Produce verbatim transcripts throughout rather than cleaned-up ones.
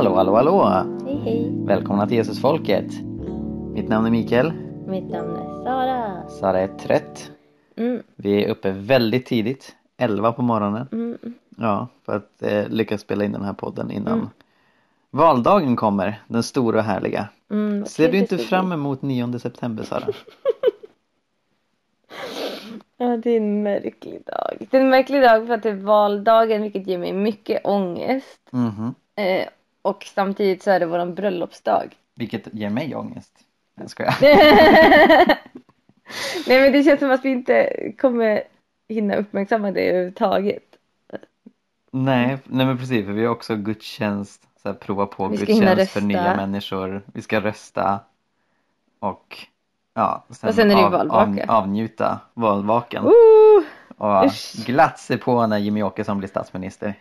Hallå, hallå, hallå! Hej, hej! Välkomna till Jesusfolket! Mitt namn är Mikael. Mitt namn är Sara. Sara är trött. Mm. Vi är uppe väldigt tidigt, elva på morgonen. Mm. Ja, för att eh, lyckas spela in den här podden innan Mm. valdagen kommer, den stora och härliga. Mm, Ser du inte fram emot nionde september, Sara? Ja, det är en märklig dag. Det är en märklig dag för att det är valdagen, vilket ger mig mycket ångest. Mhm. Eh, och samtidigt så är det våran bröllopsdag. Vilket ger mig ångest. Jag skojar. Nej, men det känns som att vi inte kommer hinna uppmärksamma det överhuvudtaget. Nej, nej men precis, för vi har också gudstjänst, så här, prova på Vi ska hinna gudstjänst för rösta. nya människor. Vi ska rösta och ja, sen, Och sen är det ju av, valvaka. av, avnjuta valvaken. Uh, Och usch. glatt se på när Jimmy Åkesson blir statsminister.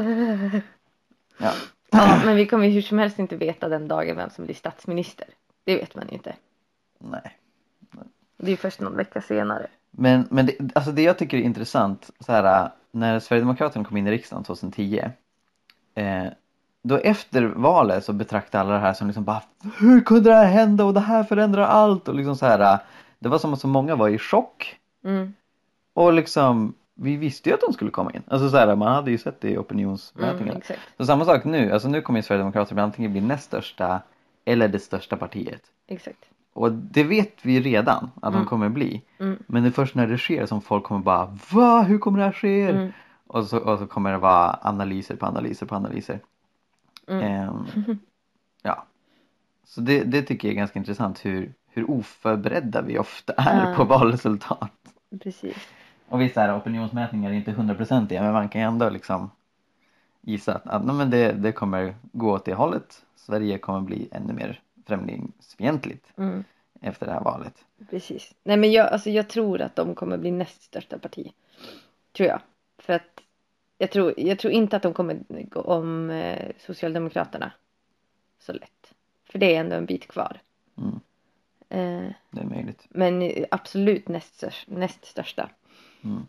Ja. Ja, men vi kommer ju hur som helst inte veta den dagen vem som blir statsminister. Det vet man ju inte. Nej. Det är ju först någon vecka senare. Men, men det, alltså det jag tycker är intressant så här, när Sverigedemokraterna kom in i riksdagen tjugohundratio eh, då efter valet så betraktade alla det här som liksom bara, hur kunde det här hända och det här förändrar allt och liksom så här, det var som att så många var i chock. Mm. Och liksom vi visste ju att de skulle komma in. Alltså så här, man hade ju sett det i opinionsmätningarna. Mm, exakt. Så samma sak nu, alltså nu kommer ju Sverigedemokraterna antingen bli näst största eller det största partiet. Exakt. Och det vet vi redan att Mm. de kommer bli. Mm. Men det är först när det sker som folk kommer bara, va? Hur kommer det här ske? Mm. Och, så, och så kommer det vara analyser på analyser på analyser. Mm. Ehm, ja. Så det, det tycker jag är ganska intressant hur, hur oförberedda vi ofta är Ja. på valresultat. Precis. Och visst är opinionsmätningar är inte hundraprocentiga, men man kan ju ändå liksom gissa att, att nej, men det, det kommer gå åt det hållet. Sverige kommer bli ännu mer främlingsfientligt Mm. efter det här valet. Precis. Nej, men jag, alltså, jag tror att de kommer bli näst största parti. Tror jag. För att jag tror, jag tror inte att de kommer gå om eh, Socialdemokraterna så lätt. För det är ändå en bit kvar. Mm, Eh, det är möjligt. men eh, absolut näst, störst, näst största. Mm.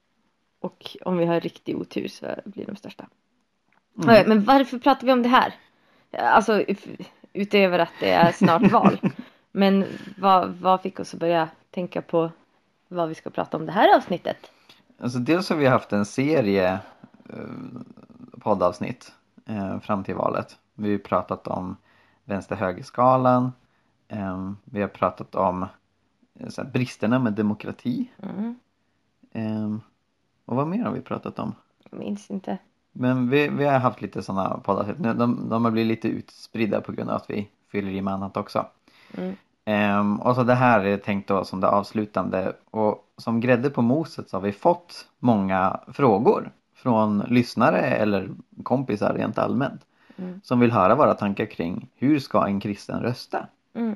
Och om vi har riktig otur så blir de största. Mm. Okej, men varför pratar vi om det här? Alltså ut- utöver att det är snart val. Men vad, vad fick oss att börja tänka på vad vi ska prata om det här avsnittet? Alltså dels har vi haft en serie eh, poddavsnitt eh, fram till valet. Vi har pratat om vänster-högerskalan. Eh, vi har pratat om eh, så här, bristerna med demokrati. Mm, Eh, och vad mer har vi pratat om? jag minns inte. Men vi, vi har haft lite sådana poddavsnitt. Nu, de, de har blivit lite utspridda på grund av att vi fyller i med annat också. Mm. Um, och så det här är tänkt då som det avslutande. Och som grädde på moset så har vi fått många frågor från lyssnare eller kompisar rent allmänt. Mm. Som vill höra våra tankar kring hur ska en kristen rösta. Mm.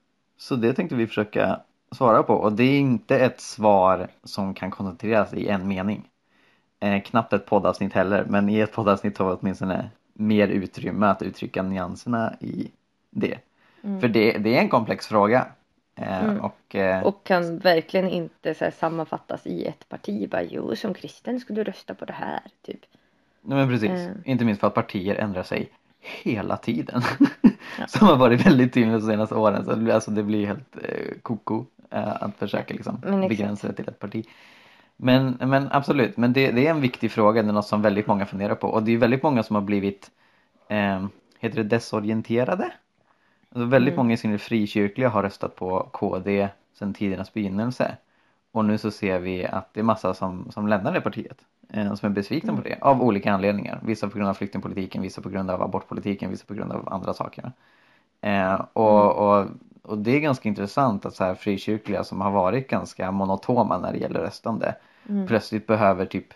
Så det tänkte vi försöka svara på. Och det är inte ett svar som kan koncentreras i en mening. Eh, knappt ett poddavsnitt heller. Men i ett poddavsnitt har vi åtminstone mer utrymme att uttrycka nyanserna i det. Mm. För det, det är en komplex fråga. Eh, Mm. och, eh, Och kan verkligen inte så här, sammanfattas i ett parti. Bara, jo, som kristen skulle du rösta på det här. Typ. nej, men precis. Mm. Inte minst för att partier ändrar sig hela tiden. Ja. Som har varit väldigt tydligt de senaste åren. Så det blir, alltså, det blir helt eh, koko eh, att försöka liksom, Men exakt. begränsa det till ett parti. Men, men absolut, men det, det är en viktig fråga. Det är något som väldigt många funderar på. Och det är väldigt många som har blivit eh, heter det desorienterade? Alltså väldigt Mm. många i sin frikyrkliga har röstat på K D sedan tidernas begynnelse. Och nu så ser vi att det är massa som, som lämnar det partiet. Eh, som är besvikna Mm. på det. Av olika anledningar. Vissa på grund av flyktingpolitiken, vissa på grund av abortpolitiken, vissa på grund av andra saker. Eh, och, Mm. och, och det är ganska intressant att så här frikyrkliga som har varit ganska monotoma när det gäller röstande. Mm. Plötsligt behöver typ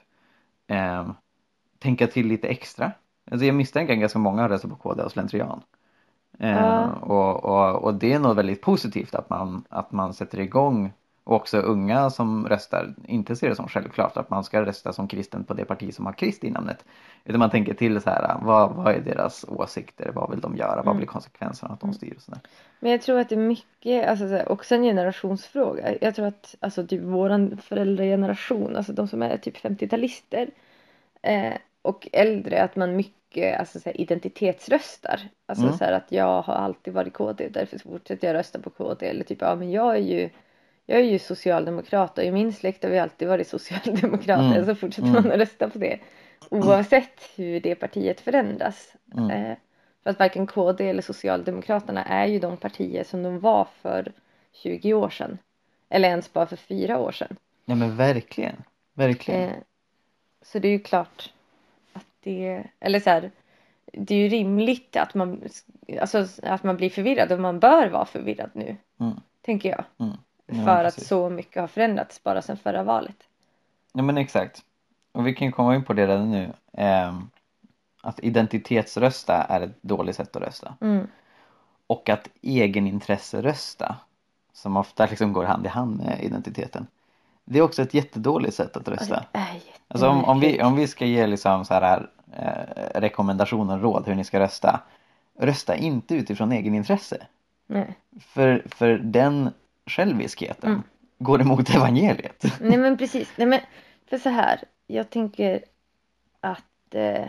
eh, tänka till lite extra. Alltså jag misstänker att ganska många har röstat på K D och slentrian. Eh, Ja. och, och, och det är nog väldigt positivt att man, att man sätter igång, och också unga som röstar inte ser det som självklart att man ska rösta som kristen på det parti som har krist i namnet, utan man tänker till så här, vad, vad är deras åsikter, vad vill de göra, vad Mm. blir konsekvenserna att de styr och sådär. Men jag tror att det är mycket, alltså så här, också en generationsfråga. Jag tror att alltså typ våran föräldrageneration, alltså de som är typ femtio-talister, eh, och äldre att man mycket alltså, så här, identitetsröstar. Alltså Mm. så här att jag har alltid varit K D, därför fortsätter jag rösta på K D. Eller typ, ja men jag är ju, jag är ju socialdemokrat och i min släkt har vi alltid varit socialdemokrater. Mm. Så fortsätter Mm. man att rösta på det. Oavsett hur det partiet förändras. Mm. Eh, för att varken K D eller Socialdemokraterna är ju de partier som de var för tjugo år sedan. Eller ens bara för fyra år sedan. Ja men verkligen. Verkligen. Eh, så det är ju klart att det, eller så här, det är ju rimligt att man, alltså att man blir förvirrad och man bör vara förvirrad nu, Mm. tänker jag. Mm. Ja, För att precis. så mycket har förändrats bara sedan förra valet. Ja men exakt. Och vi kan ju komma in på det redan nu. Ehm, att identitetsrösta är ett dåligt sätt att rösta. Mm. Och att egenintresserösta, som ofta liksom går hand i hand med identiteten, det är också ett jättedåligt sätt att rösta. Och det är Alltså om, om, vi, jättemärkligt. om vi ska ge liksom så här, eh, rekommendationer, råd hur ni ska rösta. Rösta inte utifrån egenintresse. Nej. För, för den själviskheten Mm. går emot evangeliet. Nej men precis. Nej men för så här, jag tänker att eh,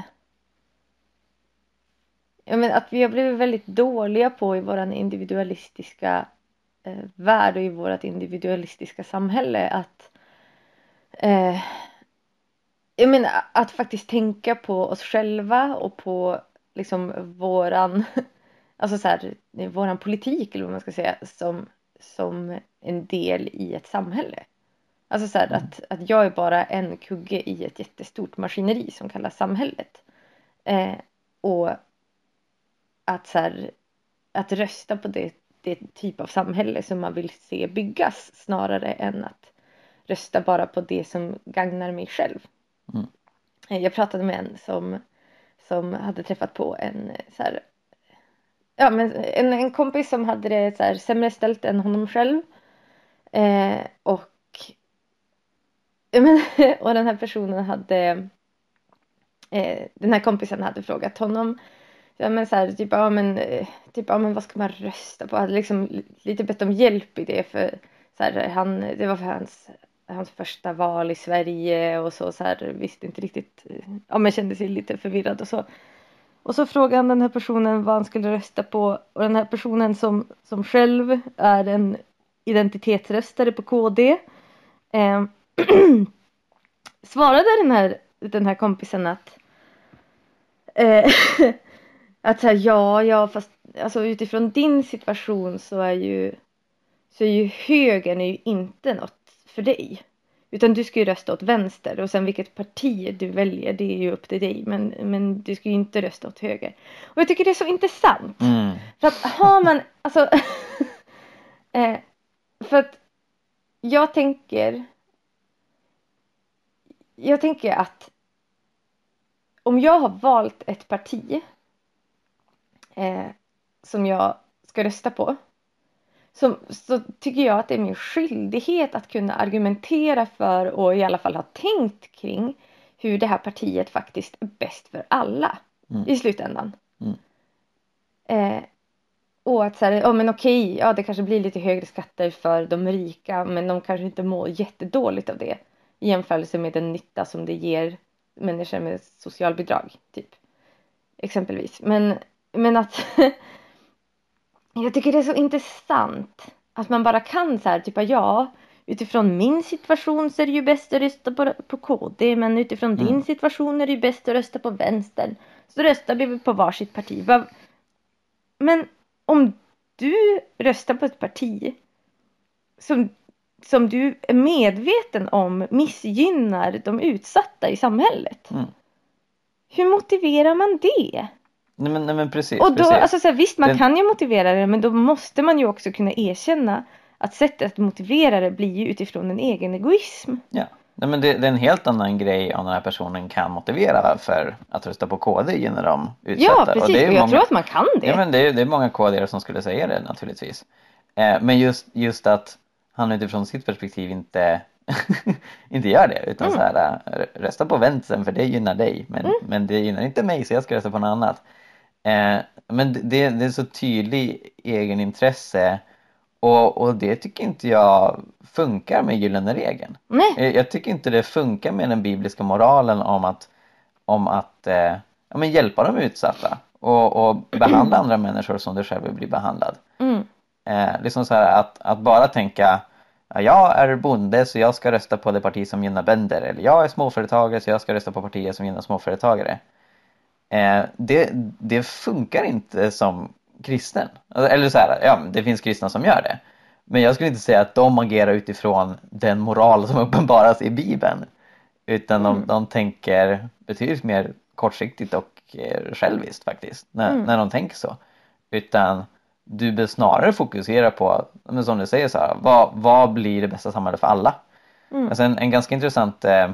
jag men att vi har blivit väldigt dåliga på i våran individualistiska eh, värld och i vårat individualistiska samhälle att eh, jag menar att faktiskt tänka på oss själva och på liksom våran alltså så här, våran politik eller vad man ska säga som, som en del i ett samhälle. Alltså så här, Mm. att, att jag är bara en kugge i ett jättestort maskineri som kallas samhället. Eh, och att så här, att rösta på det, det typ av samhälle som man vill se byggas snarare än att rösta bara på det som gagnar mig själv. Mm. Eh, Jag pratade med en som, som hade träffat på en så här, ja, men en, en kompis som hade det så här, sämre ställt än honom själv. Eh, och, ja, men, och den här personen hade, eh, den här kompisen hade frågat honom, ja men så här, typ, ja men, eh, typ, ja men vad ska man rösta på? Hade liksom li- lite bett om hjälp i det för så här, han, det var för hans, hans första val i Sverige och så, så här, visste inte riktigt, eh, ja men kände sig lite förvirrad och så. Och så frågade han den här personen vad han skulle rösta på. Och den här personen som, som själv är en identitetsröstare på K D. Eh, svarade den här, den här kompisen att eh, att så här, ja, ja, fast alltså, utifrån din situation så är ju så är ju högern är ju inte något för dig. Utan du ska ju rösta åt vänster och sen vilket parti du väljer det är ju upp till dig. Men, men du ska ju inte rösta åt höger. Och jag tycker det är så intressant. Mm. För att har man, alltså, eh, för att jag tänker, jag tänker att om jag har valt ett parti eh, som jag ska rösta på. Så, så tycker jag att det är min skyldighet att kunna argumentera för och i alla fall ha tänkt kring hur det här partiet faktiskt är bäst för alla Mm. i slutändan. Mm. Eh, och att så här, ja men okej, ja det kanske blir lite högre skatter för de rika men de kanske inte mår jättedåligt av det i jämförelse med den nytta som det ger människor med socialbidrag typ. Exempelvis. Men, men att jag tycker det är så intressant att man bara kan så här, typ ja, utifrån min situation så är det ju bäst att rösta på, på K D, men utifrån Mm. din situation är det ju bäst att rösta på vänstern. Så röstar vi på varsitt parti. Va- Men om du röstar på ett parti som, som du är medveten om missgynnar de utsatta i samhället. Mm. Hur motiverar man det? Nej, men, nej men precis. Och då, precis. alltså så här, visst man Den- kan ju motivera det men då måste man ju också kunna erkänna att sättet att motivera det blir ju utifrån en egen egoism. Ja. Nej, men det, det är en helt annan grej om den här personen kan motivera för att rösta på K D genom de utsatta. Ja precis, och, och, det är ju jag många, tror att man kan det. Ja men det är, det är många K D som skulle säga det naturligtvis. Eh, men just, just att han utifrån sitt perspektiv inte inte gör det utan Mm. så här, eh, rösta på vänstern för det gynnar dig men, Mm. men det gynnar inte mig så jag ska rösta på något annat. Eh, men det, det är så tydlig egenintresse och, och det tycker inte jag funkar med gyllene regeln. Nej. Eh, Jag tycker inte det funkar med den bibliska moralen om att om att eh, ja, men hjälpa de utsatta och, och behandla andra människor som du själv vill bli behandlad. Mm. Eh, liksom så här att, att bara tänka, ja, jag är bonde så jag ska rösta på det parti som gynnar bönder, eller jag är småföretagare så jag ska rösta på partier som gynnar småföretagare. Eh, det, det funkar inte som kristen. Eller så här, ja, det finns kristna som gör det. Men jag skulle inte säga att de agerar utifrån den moral som uppenbaras i Bibeln. Utan Mm. de, de tänker betydligt mer kortsiktigt och eh, själviskt faktiskt. När, Mm. när de tänker så. Utan du bör snarare fokusera på, men som du säger så här, vad, vad blir det bästa samhället för alla? Mm. Alltså en, en ganska intressant eh,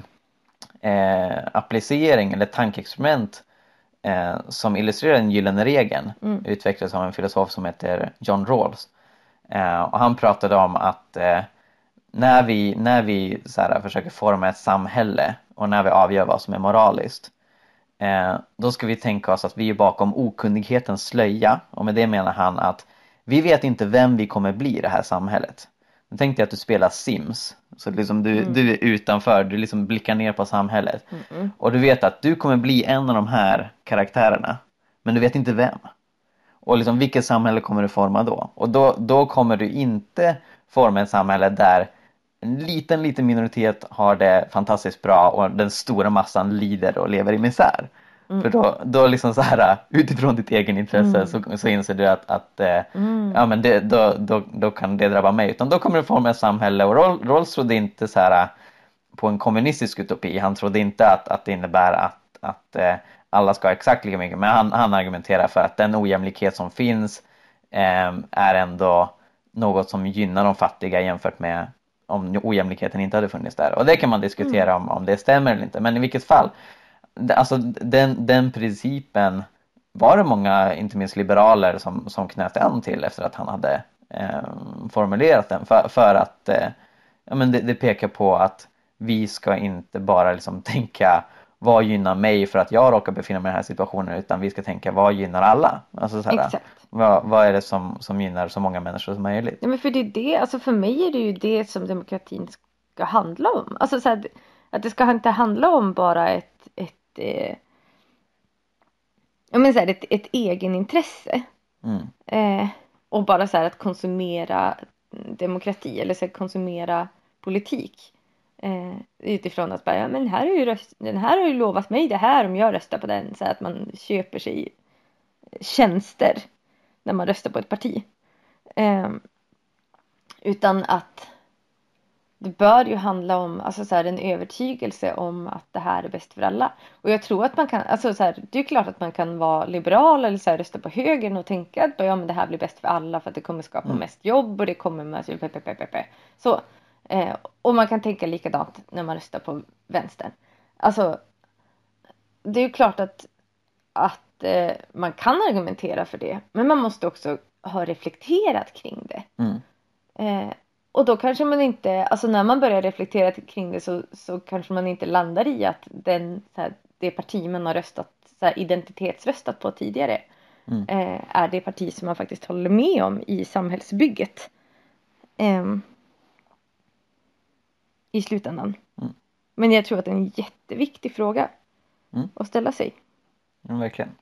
eh, applicering eller tankeexperiment eh, som illustrerar den gyllene regeln Mm. utvecklades av en filosof som heter John Rawls. Eh, och han pratade om att eh, när vi, när vi så här, försöker forma ett samhälle och när vi avgör vad som är moraliskt, eh, då ska vi tänka oss att vi är bakom okunnighetens slöja. Och med det menar han att vi vet inte vem vi kommer bli i det här samhället. Nu tänkte jag att du spelar Sims. Så liksom du, Mm. du är utanför, du liksom blickar ner på samhället. Mm. Och du vet att du kommer bli en av de här karaktärerna. Men du vet inte vem. Och liksom vilket samhälle kommer du forma då? Och då, då kommer du inte forma ett samhälle där en liten, liten minoritet har det fantastiskt bra och den stora massan lider och lever i misär. Mm. För då, då liksom så här, utifrån ditt egen intresse Mm. så, så inser du att, att eh, Mm. ja, men det, då, då, då kan det drabba mig. Utan då kommer du forma ett samhälle. Och Rawls Rawls trodde inte så här på en kommunistisk utopi. Han trodde inte att, att det innebär att, att eh, alla ska ha exakt lika mycket. Men han, han argumenterar för att den ojämlikhet som finns eh, är ändå något som gynnar de fattiga jämfört med om ojämlikheten inte hade funnits där. Och det kan man diskutera om, om det stämmer eller inte. Men i vilket fall, alltså den, den principen var det många, inte minst liberaler, som, som knöt an till efter att han hade eh, formulerat den. För, för att eh, ja, men det, det pekar på att vi ska inte bara liksom tänka vad gynnar mig för att jag råkar befinna mig i den här situationen, utan vi ska tänka vad gynnar alla. Alltså så här, Exakt. vad, vad är det som, som gynnar så många människor som möjligt? Ja, men för det är det, alltså för mig är det ju det som demokratin ska handla om. Alltså så här, att det ska inte handla om bara ett, ett, eh, jag menar så här, ett, ett egenintresse. Mm. Eh, och bara så här att konsumera demokrati eller så här, konsumera politik. Eh, utifrån att bara, ja, men här är ju röst, den här har ju lovat mig det här om jag röstar på den. Så att man köper sig tjänster när man röstar på ett parti. Eh, utan att det bör ju handla om alltså så här, en övertygelse om att det här är bäst för alla. Och jag tror att man kan, alltså så här, det är klart att man kan vara liberal eller så här, rösta på högern och tänka att ja, men det här blir bäst för alla för att det kommer skapa Mm. mest jobb och det kommer med pepepepepe. Så, eh, och man kan tänka likadant när man röstar på vänstern. Alltså, det är ju klart att, att eh, man kan argumentera för det, men man måste också ha reflekterat kring det. Mm. Eh, och då kanske man inte, alltså när man börjar reflektera kring det så, så kanske man inte landar i att den, så här, det parti man har röstat, så här, identitetsröstat på tidigare Mm. eh, är det parti som man faktiskt håller med om i samhällsbygget. Eh, I slutändan. Mm. Men jag tror att det är en jätteviktig fråga Mm. att ställa sig. Ja, verkligen.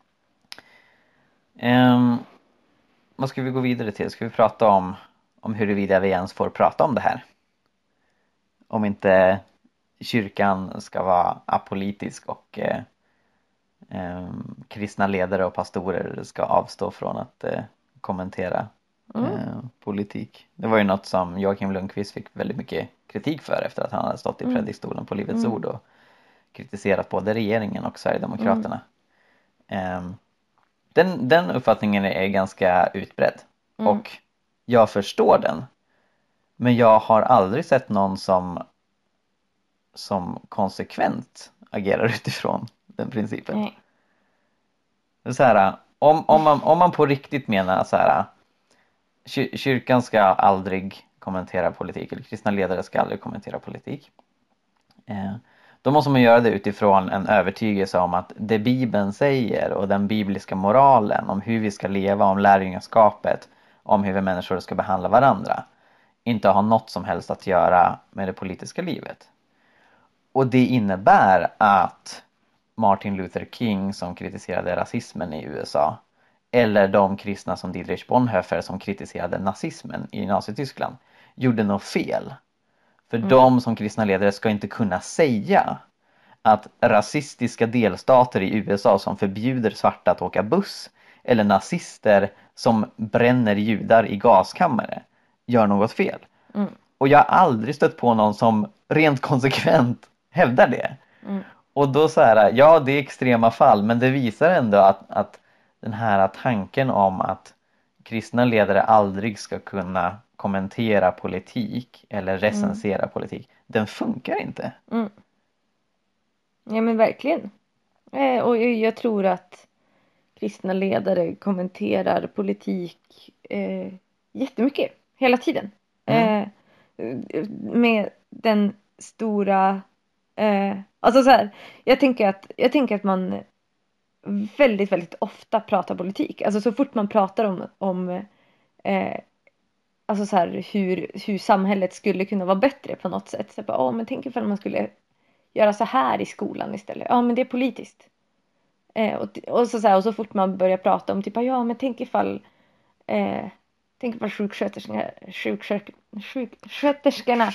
Um, vad ska vi gå vidare till? Ska vi prata om, om huruvida vi ens får prata om det här? Om inte kyrkan ska vara apolitisk och eh, eh, kristna ledare och pastorer ska avstå från att eh, kommentera Mm. eh, politik. Det var ju något som Joakim Lundqvist fick väldigt mycket kritik för efter att han hade stått i Mm. predikstolen på Livets Mm. ord och kritiserat både regeringen och Sverigedemokraterna. Eh, den, den uppfattningen är ganska utbredd. Mm. Och jag förstår den. Men jag har aldrig sett någon som som konsekvent agerar utifrån den principen. Nej. Det är så här, om, om, man, om man på riktigt menar så här, kyr, kyrkan ska aldrig kommentera politik, eller kristna ledare ska aldrig kommentera politik. Eh, då måste man göra det utifrån en övertygelse om att det Bibeln säger och den bibliska moralen om hur vi ska leva, om lärjungaskapet, om hur vi människor ska behandla varandra, inte har något som helst att göra med det politiska livet. Och det innebär att Martin Luther King som kritiserade rasismen i U S A eller de kristna som Dietrich Bonhoeffer som kritiserade nazismen i Nazityskland gjorde något fel. För Mm. de som kristna ledare ska inte kunna säga att rasistiska delstater i U S A som förbjuder svarta att åka buss eller nazister som bränner judar i gaskammare gör något fel. Mm. Och jag har aldrig stött på någon som rent konsekvent hävdar det. Mm. Och då så här, ja det är extrema fall, men det visar ändå att, att den här tanken om att kristna ledare aldrig ska kunna kommentera politik eller recensera mm. politik, den funkar inte. Mm. Ja men verkligen. Eh, och jag, jag tror att kristna ledare kommenterar politik eh, jättemycket hela tiden. Mm. Eh, med den stora eh, alltså så här, jag tänker att jag tänker att man väldigt väldigt ofta pratar politik. Alltså så fort man pratar om om eh, alltså så här hur hur samhället skulle kunna vara bättre på något sätt, så bara, åh men tänk ifall man skulle göra så här i skolan istället. Ja men det är politiskt. Eh, och, och, så, så här, och så fort man börjar prata om typ ja men tänk ifall eh, tänk ifall sjuksköterskorna sjukskötersk, sjuksköterskorna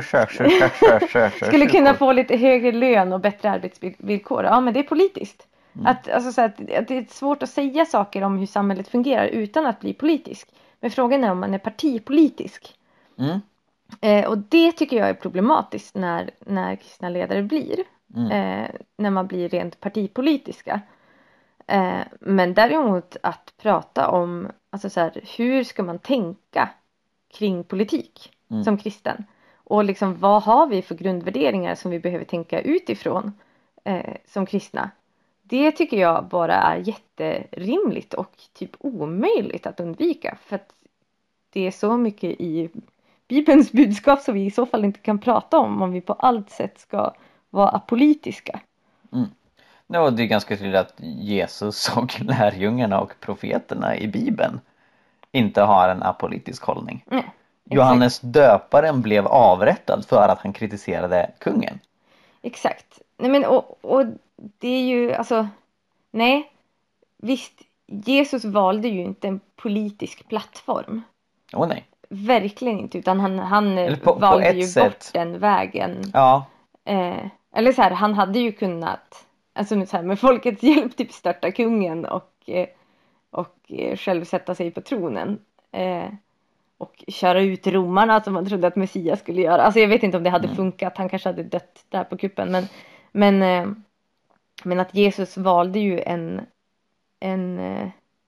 skulle kunna få lite högre lön och bättre arbetsvillkor. Ja men det är politiskt. Mm. Att, alltså, så här, att, att det är svårt att säga saker om hur samhället fungerar utan att bli politisk. Men frågan är om man är partipolitisk. Mm. Eh, och det tycker jag är problematiskt när, när kristna ledare blir. Mm. Eh, när man blir rent partipolitiska. Eh, men däremot att prata om alltså så här, hur ska man tänka kring politik mm. som kristen. Och liksom vad har vi för grundvärderingar som vi behöver tänka utifrån eh, som kristna. Det tycker jag bara är jätterimligt och typ omöjligt att undvika. För att det är så mycket i Bibelns budskap som vi i så fall inte kan prata om om vi på allt sätt ska vara apolitiska. Mm. No, det är ganska tydligt att Jesus och lärjungarna och profeterna i Bibeln inte har en apolitisk hållning. Nej, Johannes döparen blev avrättad för att han kritiserade kungen. Exakt. Nej, men och, och det är ju alltså nej, visst Jesus valde ju inte en politisk plattform. Åh oh, nej. Verkligen inte, utan han, han på, valde på ju sätt. bort den vägen. Ja. Eh, eller så här, han hade ju kunnat alltså så här, med folkets hjälp typ störta kungen och, eh, och eh, själv sätta sig på tronen. Eh, och köra ut romarna som man trodde att Messias skulle göra. Alltså jag vet inte om det hade mm. funkat. Han kanske hade dött där på kuppen. Men, men, eh, men att Jesus valde ju en... en eh,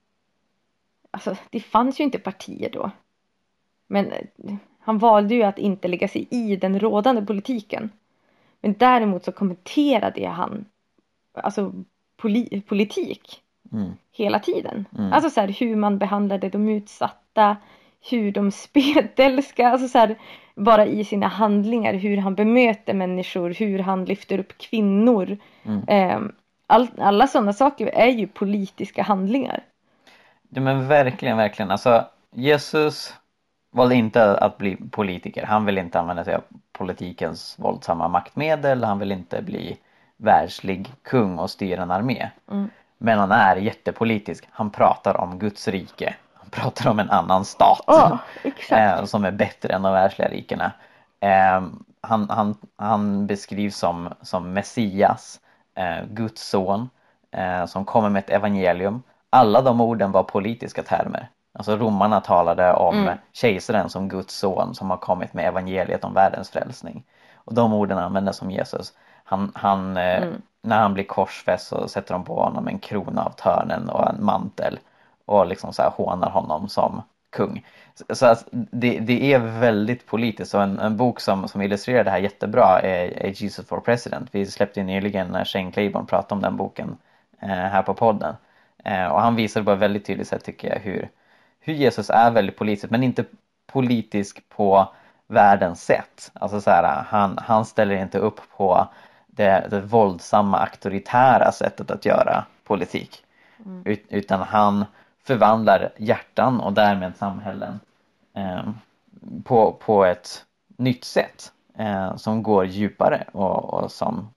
alltså det fanns ju inte partier då. Men eh, han valde ju att inte lägga sig i den rådande politiken. Men däremot så kommenterade han alltså poli- politik mm. hela tiden. Mm. Alltså så här, hur man behandlade de utsatta, hur de spetälska, alltså så här, bara i sina handlingar, hur han bemöter människor, hur han lyfter upp kvinnor. Mm. Eh, all, alla sådana saker är ju politiska handlingar. Ja, men verkligen, verkligen. Alltså Jesus valde inte att bli politiker. Han vill inte använda sig av politikens våldsamma maktmedel. Han vill inte bli världslig kung och styra en armé. Mm. Men han är jättepolitisk. Han pratar om Guds rike. Han pratar om en annan stat. Oh, exakt. eh, som är bättre än de världsliga rikena. Eh, han, han, han beskrivs som, som Messias. Eh, Guds son. Eh, som kommer med ett evangelium. Alla de orden var politiska termer. Alltså romarna talade om mm. kejsaren som Guds son som har kommit med evangeliet om världens frälsning. Och de orden användes som Jesus. Han, han, mm. När han blir korsfäst så sätter de på honom en krona av törnen och en mantel. Och liksom så här hånar honom som kung. Så, så att det, det är väldigt politiskt. Och en, en bok som, som illustrerar det här jättebra är, är Jesus for President. Vi släppte nyligen när Shane Claiborne pratade om den boken eh, här på podden. Eh, och han visar på ett väldigt tydligt sätt tycker jag hur hur Jesus är väldigt politisk, men inte politisk på världens sätt. Alltså så här, han, han ställer inte upp på det, det våldsamma auktoritära sättet att göra politik. Mm. Ut, utan han förvandlar hjärtan och därmed samhällen eh, på, på ett nytt sätt eh, som går djupare och, och som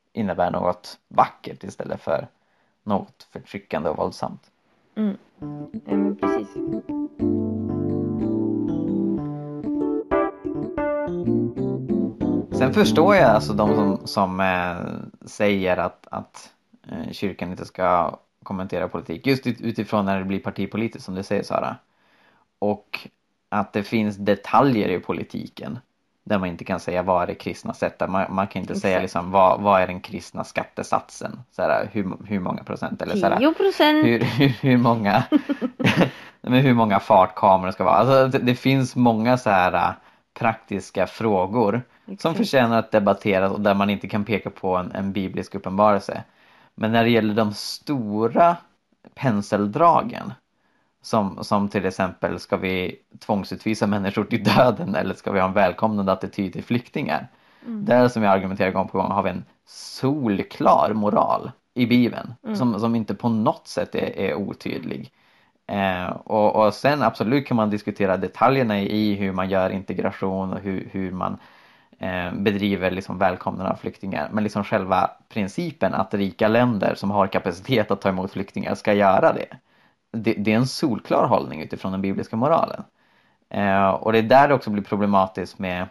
innebär något vackert istället för något förtryckande och våldsamt. Mm. Ja, men precis. Sen förstår jag alltså de som, som eh, säger att, att eh, kyrkan inte ska kommentera politik. Just ut, utifrån när det blir partipolitiskt som du säger, Sara. Och att det finns detaljer i politiken där man inte kan säga vad är det kristna sättet. Man, man kan inte Exakt. säga liksom, vad, vad är den kristna skattesatsen. Såhär, hur, hur många procent? Eller såhär, tio procent. hur, hur, hur många men hur många fartkameror ska vara. Alltså, det, det finns många så här praktiska frågor Exakt. som förtjänar att debatteras och där man inte kan peka på en, en biblisk uppenbarelse. Men när det gäller de stora penseldragen, som, som till exempel, ska vi tvångsutvisa människor till döden eller ska vi ha en välkomnande attityd till flyktingar? Mm. Där, som jag argumenterar gång på gång, har vi en solklar moral i Bibeln mm. som, som inte på något sätt är, är otydlig. Eh, och, och sen absolut kan man diskutera detaljerna i hur man gör integration och hur, hur man eh, bedriver liksom välkomnande av flyktingar. Men liksom själva principen att rika länder som har kapacitet att ta emot flyktingar ska göra det. Det, det är en solklar hållning utifrån den bibliska moralen. Eh, och det är där det också blir problematiskt med,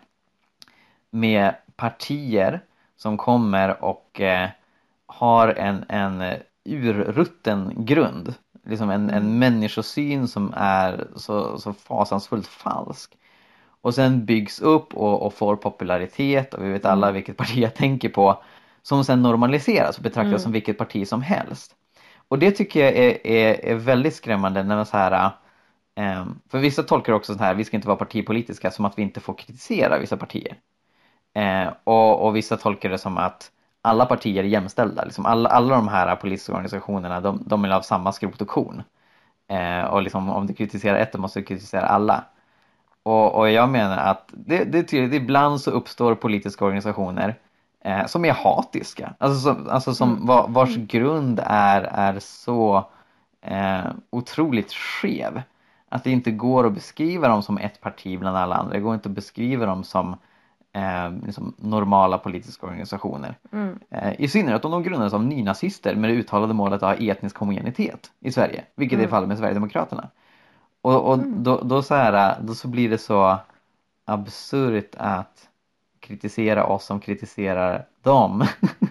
med partier som kommer och eh, har en, en urrutten grund. Liksom en, en människosyn som är så, så fasansfullt falsk. Och sen byggs upp och, och får popularitet, och vi vet alla vilket parti jag tänker på, som sen normaliseras och betraktas mm. som vilket parti som helst. Och det tycker jag är, är, är väldigt skrämmande när man så här, eh, för vissa tolkar också så här, vi ska inte vara partipolitiska, som att vi inte får kritisera vissa partier. Eh, och, och vissa tolkar det som att alla partier är jämställda. Liksom alla, alla de här politiska organisationerna, de, de är av samma skrot och korn. Eh, och liksom, om du kritiserar ett, då måste du kritisera alla. Och, och jag menar att det, det är tydligt, ibland så uppstår politiska organisationer eh, som är hatiska. Alltså som, alltså som mm. var, vars grund är, är så eh, otroligt skev. Att det inte går att beskriva dem som ett parti bland alla andra. Det går inte att beskriva dem som Eh, liksom normala politiska organisationer. Mm. Eh, I synnerhet om de grundas av nynazister med det uttalade målet att ha etnisk homogenitet i Sverige. Vilket mm. är fallet med Sverigedemokraterna. Och, och mm. då, då, så här, då så blir det så absurt att kritisera oss som kritiserar dem.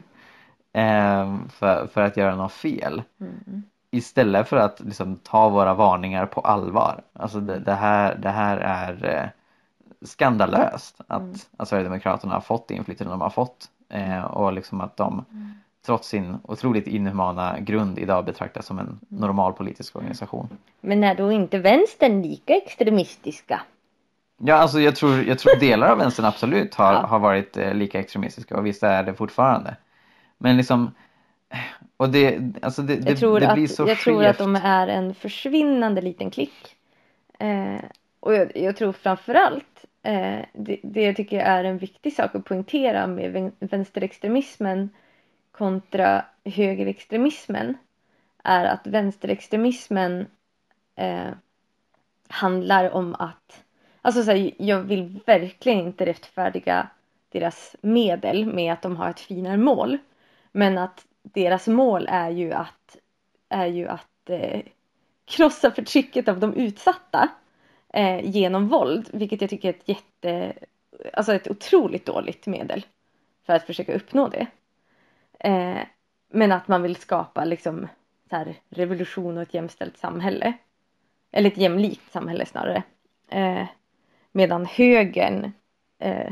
eh, för, för att göra något fel. Mm. Istället för att liksom, ta våra varningar på allvar. Alltså det, det, här, det här är... Eh, skandalöst att, mm. att Sverigedemokraterna har fått det inflytande de har fått eh, och liksom att de mm. trots sin otroligt inhumana grund idag betraktas som en normal politisk organisation. Men är då inte vänstern lika extremistiska? Ja, alltså jag tror, jag tror delar av vänstern absolut har, ja. har varit eh, lika extremistiska, och vissa är det fortfarande. Men liksom, och det, alltså det, det, tror det blir att, så Jag skevt. tror att de är en försvinnande liten klick. Eh, och jag, jag tror framförallt Eh, det, det jag tycker är en viktig sak att poängtera med vänsterextremismen kontra högerextremismen är att vänsterextremismen eh, handlar om att, alltså så här, jag vill verkligen inte rättfärdiga deras medel med att de har ett finare mål, men att deras mål är ju att är ju att eh, krossa förtrycket av de utsatta Eh, genom våld, vilket jag tycker är ett jätte, alltså ett otroligt dåligt medel för att försöka uppnå det. Eh, men att man vill skapa liksom så här revolution och ett jämställt samhälle, eller ett jämlikt samhälle snarare. Eh, medan högern eh,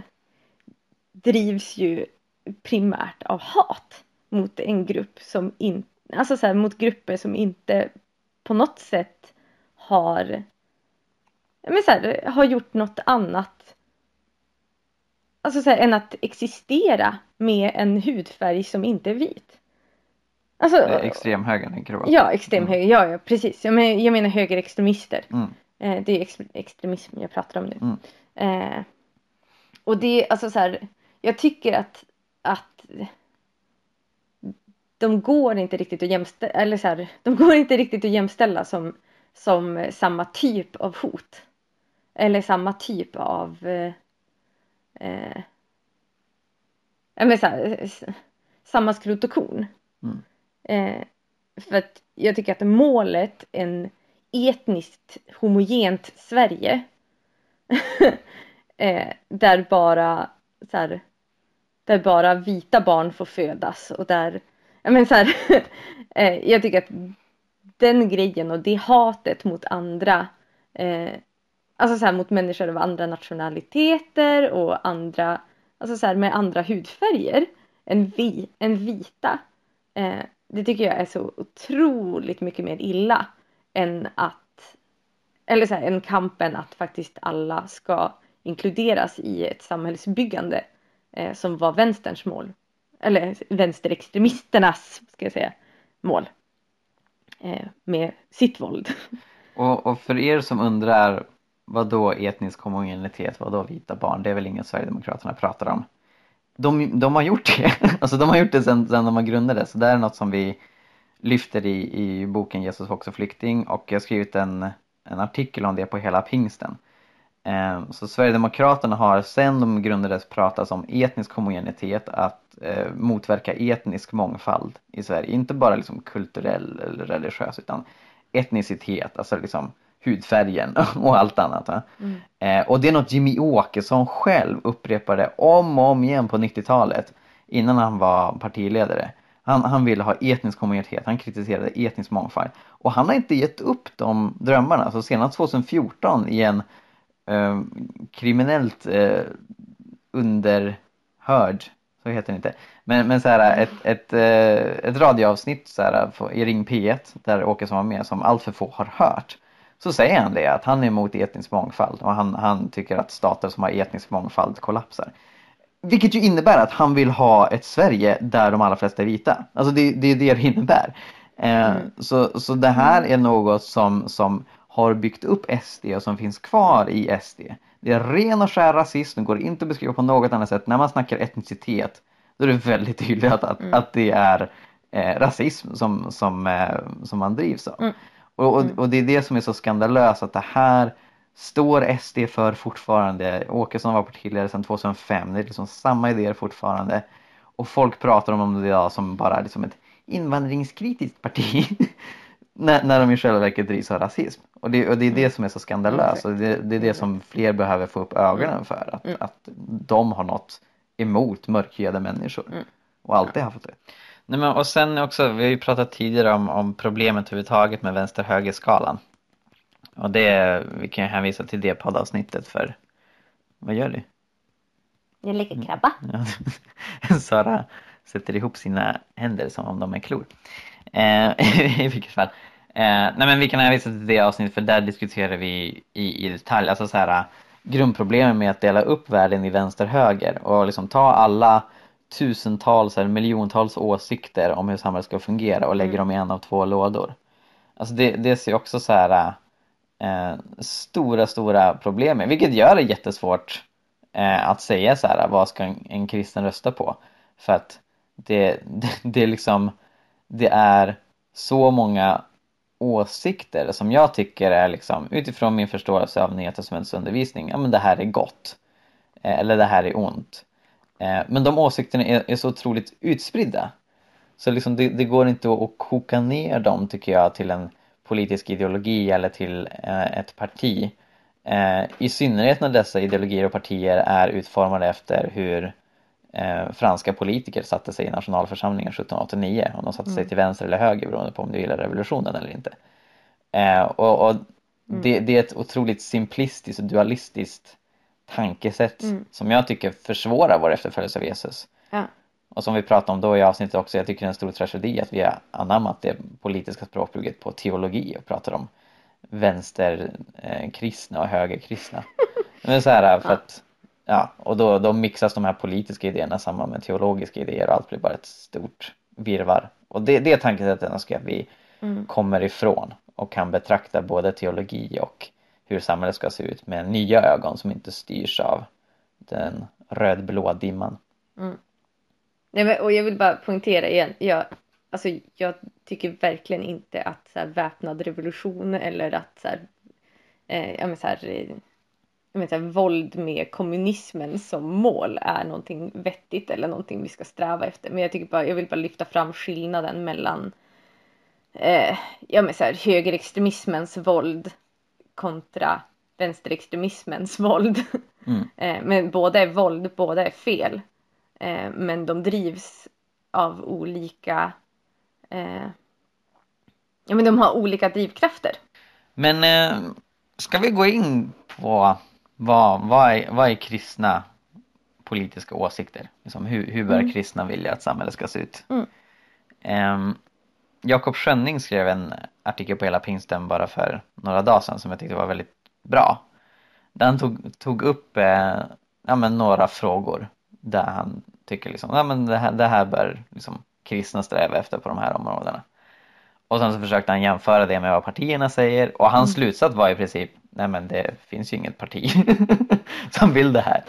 drivs ju primärt av hat mot en grupp som inte, alltså så här, mot grupper som inte på något sätt har men så här, har gjort något annat, alltså så här, än att existera med en hudfärg som inte är vit. Alltså, extremhögern tänker du på? Ja, extremhöger, mm. ja, ja precis. Jag, men, jag menar högerextremister. Mm. Eh, det är ex, extremism jag pratar om nu. Mm. Eh, och det, alltså så här, jag tycker att, att de går inte riktigt att jämställa, eller så här, de går inte riktigt att jämställa som, som samma typ av hot. Eller samma typ av eh, eh, men så här, samma skrot och korn. Mm. Eh, för att jag tycker att målet, en etniskt homogent Sverige eh, där bara så här, där bara vita barn får födas och där jag men så här, eh, jag tycker att den grejen och det hatet mot andra eh, alltså så här, mot människor av andra nationaliteter och andra alltså så här, med andra hudfärger än vi än vita eh, det tycker jag är så otroligt mycket mer illa än att eller så här, en kampen att faktiskt alla ska inkluderas i ett samhällsbyggande eh, som var vänsterns mål. Eller vänsterextremisternas, ska jag säga, mål. Eh, med sitt våld. Och, och för er som undrar, vad då etnisk homogenitet, vad då vita barn, det är väl inget Sverigedemokraterna pratar om. De, de har gjort det, alltså de har gjort det sedan, sedan de har grundade, så det är något som vi lyfter i, i boken Jesus också flykting, och jag har skrivit en, en artikel om det på hela pingsten. Eh, så Sverigedemokraterna har sedan de grundades pratat om etnisk homogenitet, att eh, motverka etnisk mångfald i Sverige, inte bara liksom kulturell eller religiös utan etnicitet, alltså liksom hudfärgen och allt annat. Va? Mm. Eh, och det är något Jimmy Åkesson själv upprepade om och om igen på nittiotalet innan han var partiledare. Han, han ville ha etnisk homogenitet, han kritiserade etnisk mångfald. Och han har inte gett upp de drömmarna. Så senast tjugohundrafjorton i en eh, kriminellt eh, underhörd, så heter det inte. Men, men så här, ett, ett, eh, ett radioavsnitt så här, i Ring P ett där Åkesson var med som allt för få har hört. Så säger han det, att han är emot etnisk mångfald och han, han tycker att stater som har etnisk mångfald kollapsar. Vilket ju innebär att han vill ha ett Sverige där de allra flesta är vita. Alltså det, det är det det innebär. Eh, Mm. så, så det här är något som, som har byggt upp S D och som finns kvar i S D. Det är ren och skär rasism, det går inte att beskriva på något annat sätt. När man snackar etnicitet, då är det väldigt tydligt att, att, Mm. att det är eh, rasism som, som, eh, som man drivs av. Mm. Och, och, Mm. och det är det som är så skandalöst, att det här står S D för fortfarande. Åkesson var partiledare sedan tjugohundrafem. Det är liksom samma idéer fortfarande. Och folk pratar om det idag som bara liksom ett invandringskritiskt parti. när, när de i själva verket drivs av rasism. Och det, och det är det som är så skandalöst. Och det, det är det som fler behöver få upp ögonen för. Att, Mm. att de har något emot mörkhyade människor. Mm. Och alltid haft det. Nej, men, och sen också, vi har ju pratat tidigare om, om problemet överhuvudtaget med vänster-höger-skalan. Och det, vi kan ju hänvisa till det poddavsnittet för, vad gör du? Jag leker krabba. Ja. Sara sätter ihop sina händer som om de är klor. Eh, I vilket fall. Eh, nej men vi kan hänvisa till det avsnittet, för där diskuterar vi i, i detalj, alltså så här, grundproblemen med att dela upp världen i vänster-höger och liksom ta alla tusentals eller miljontals åsikter om hur samhället ska fungera och lägga Mm. dem i en av två lådor. Alltså det, det ser också så här eh, stora, stora problem med, vilket gör det jättesvårt eh, att säga så här, vad ska en, en kristen rösta på? För att det, det, det är liksom, det är så många åsikter som jag tycker är liksom, utifrån min förståelse av Nya testamentsundervisning, ja men det här är gott. Eh, eller det här är ont. Eh, men de åsikterna är, är så otroligt utspridda. Så liksom det, det går inte att koka ner dem, tycker jag, till en politisk ideologi eller till eh, ett parti. Eh, I synnerhet när dessa ideologier och partier är utformade efter hur eh, franska politiker satte sig i nationalförsamlingen sjuttonhundraåttionio. Om de satte sig Mm. till vänster eller höger beroende på om du gillar revolutionen eller inte. Eh, och och det, det är ett otroligt simplistiskt och dualistiskt tankesätt Mm. som jag tycker försvårar vår efterföljelse av Jesus. Ja. Och som vi pratade om då i avsnittet också, jag tycker det är en stor tragedi att vi har anammat det politiska språkbruket på teologi och pratar om vänsterkristna och högerkristna. Men så här, för att, ja, och då, då mixas de här politiska idéerna samman med teologiska idéer och allt blir bara ett stort virvar. Och det, det tankesättet önskar jag att vi Mm. kommer ifrån och kan betrakta både teologi och hur samhället ska se ut med nya ögon som inte styrs av den rödblå dimman. Mm. Nej, men, och jag vill bara poängtera igen. Jag, alltså, jag tycker verkligen inte att så här, väpnad revolution eller att så här, eh, ja, men, så här, eh, jag menar, så här, våld med kommunismen som mål är någonting vettigt eller någonting vi ska sträva efter. Men jag tycker bara, jag vill bara lyfta fram skillnaden mellan eh, ja, men så här, högerextremismens våld kontra vänsterextremismens våld. Mm. eh, men båda är våld, båda är fel. Eh, men de drivs av olika eh, ja, men de har olika drivkrafter. Men eh, ska vi gå in på vad, vad, är, vad är kristna politiska åsikter? Liksom, hur, hur bör Mm. kristna vilja att samhället ska se ut? Mm. Um, Jakob Schönning skrev en artikel på Hela Pingsten bara för några dagar sedan som jag tyckte var väldigt bra. Där han tog, tog upp eh, ja, men några frågor där han tycker liksom, ja, men det, här, det här bör liksom, kristna sträva efter på de här områdena. Och sen så försökte han jämföra det med vad partierna säger. Och hans mm. slutsats var i princip, nej men det finns ju inget parti som vill det här.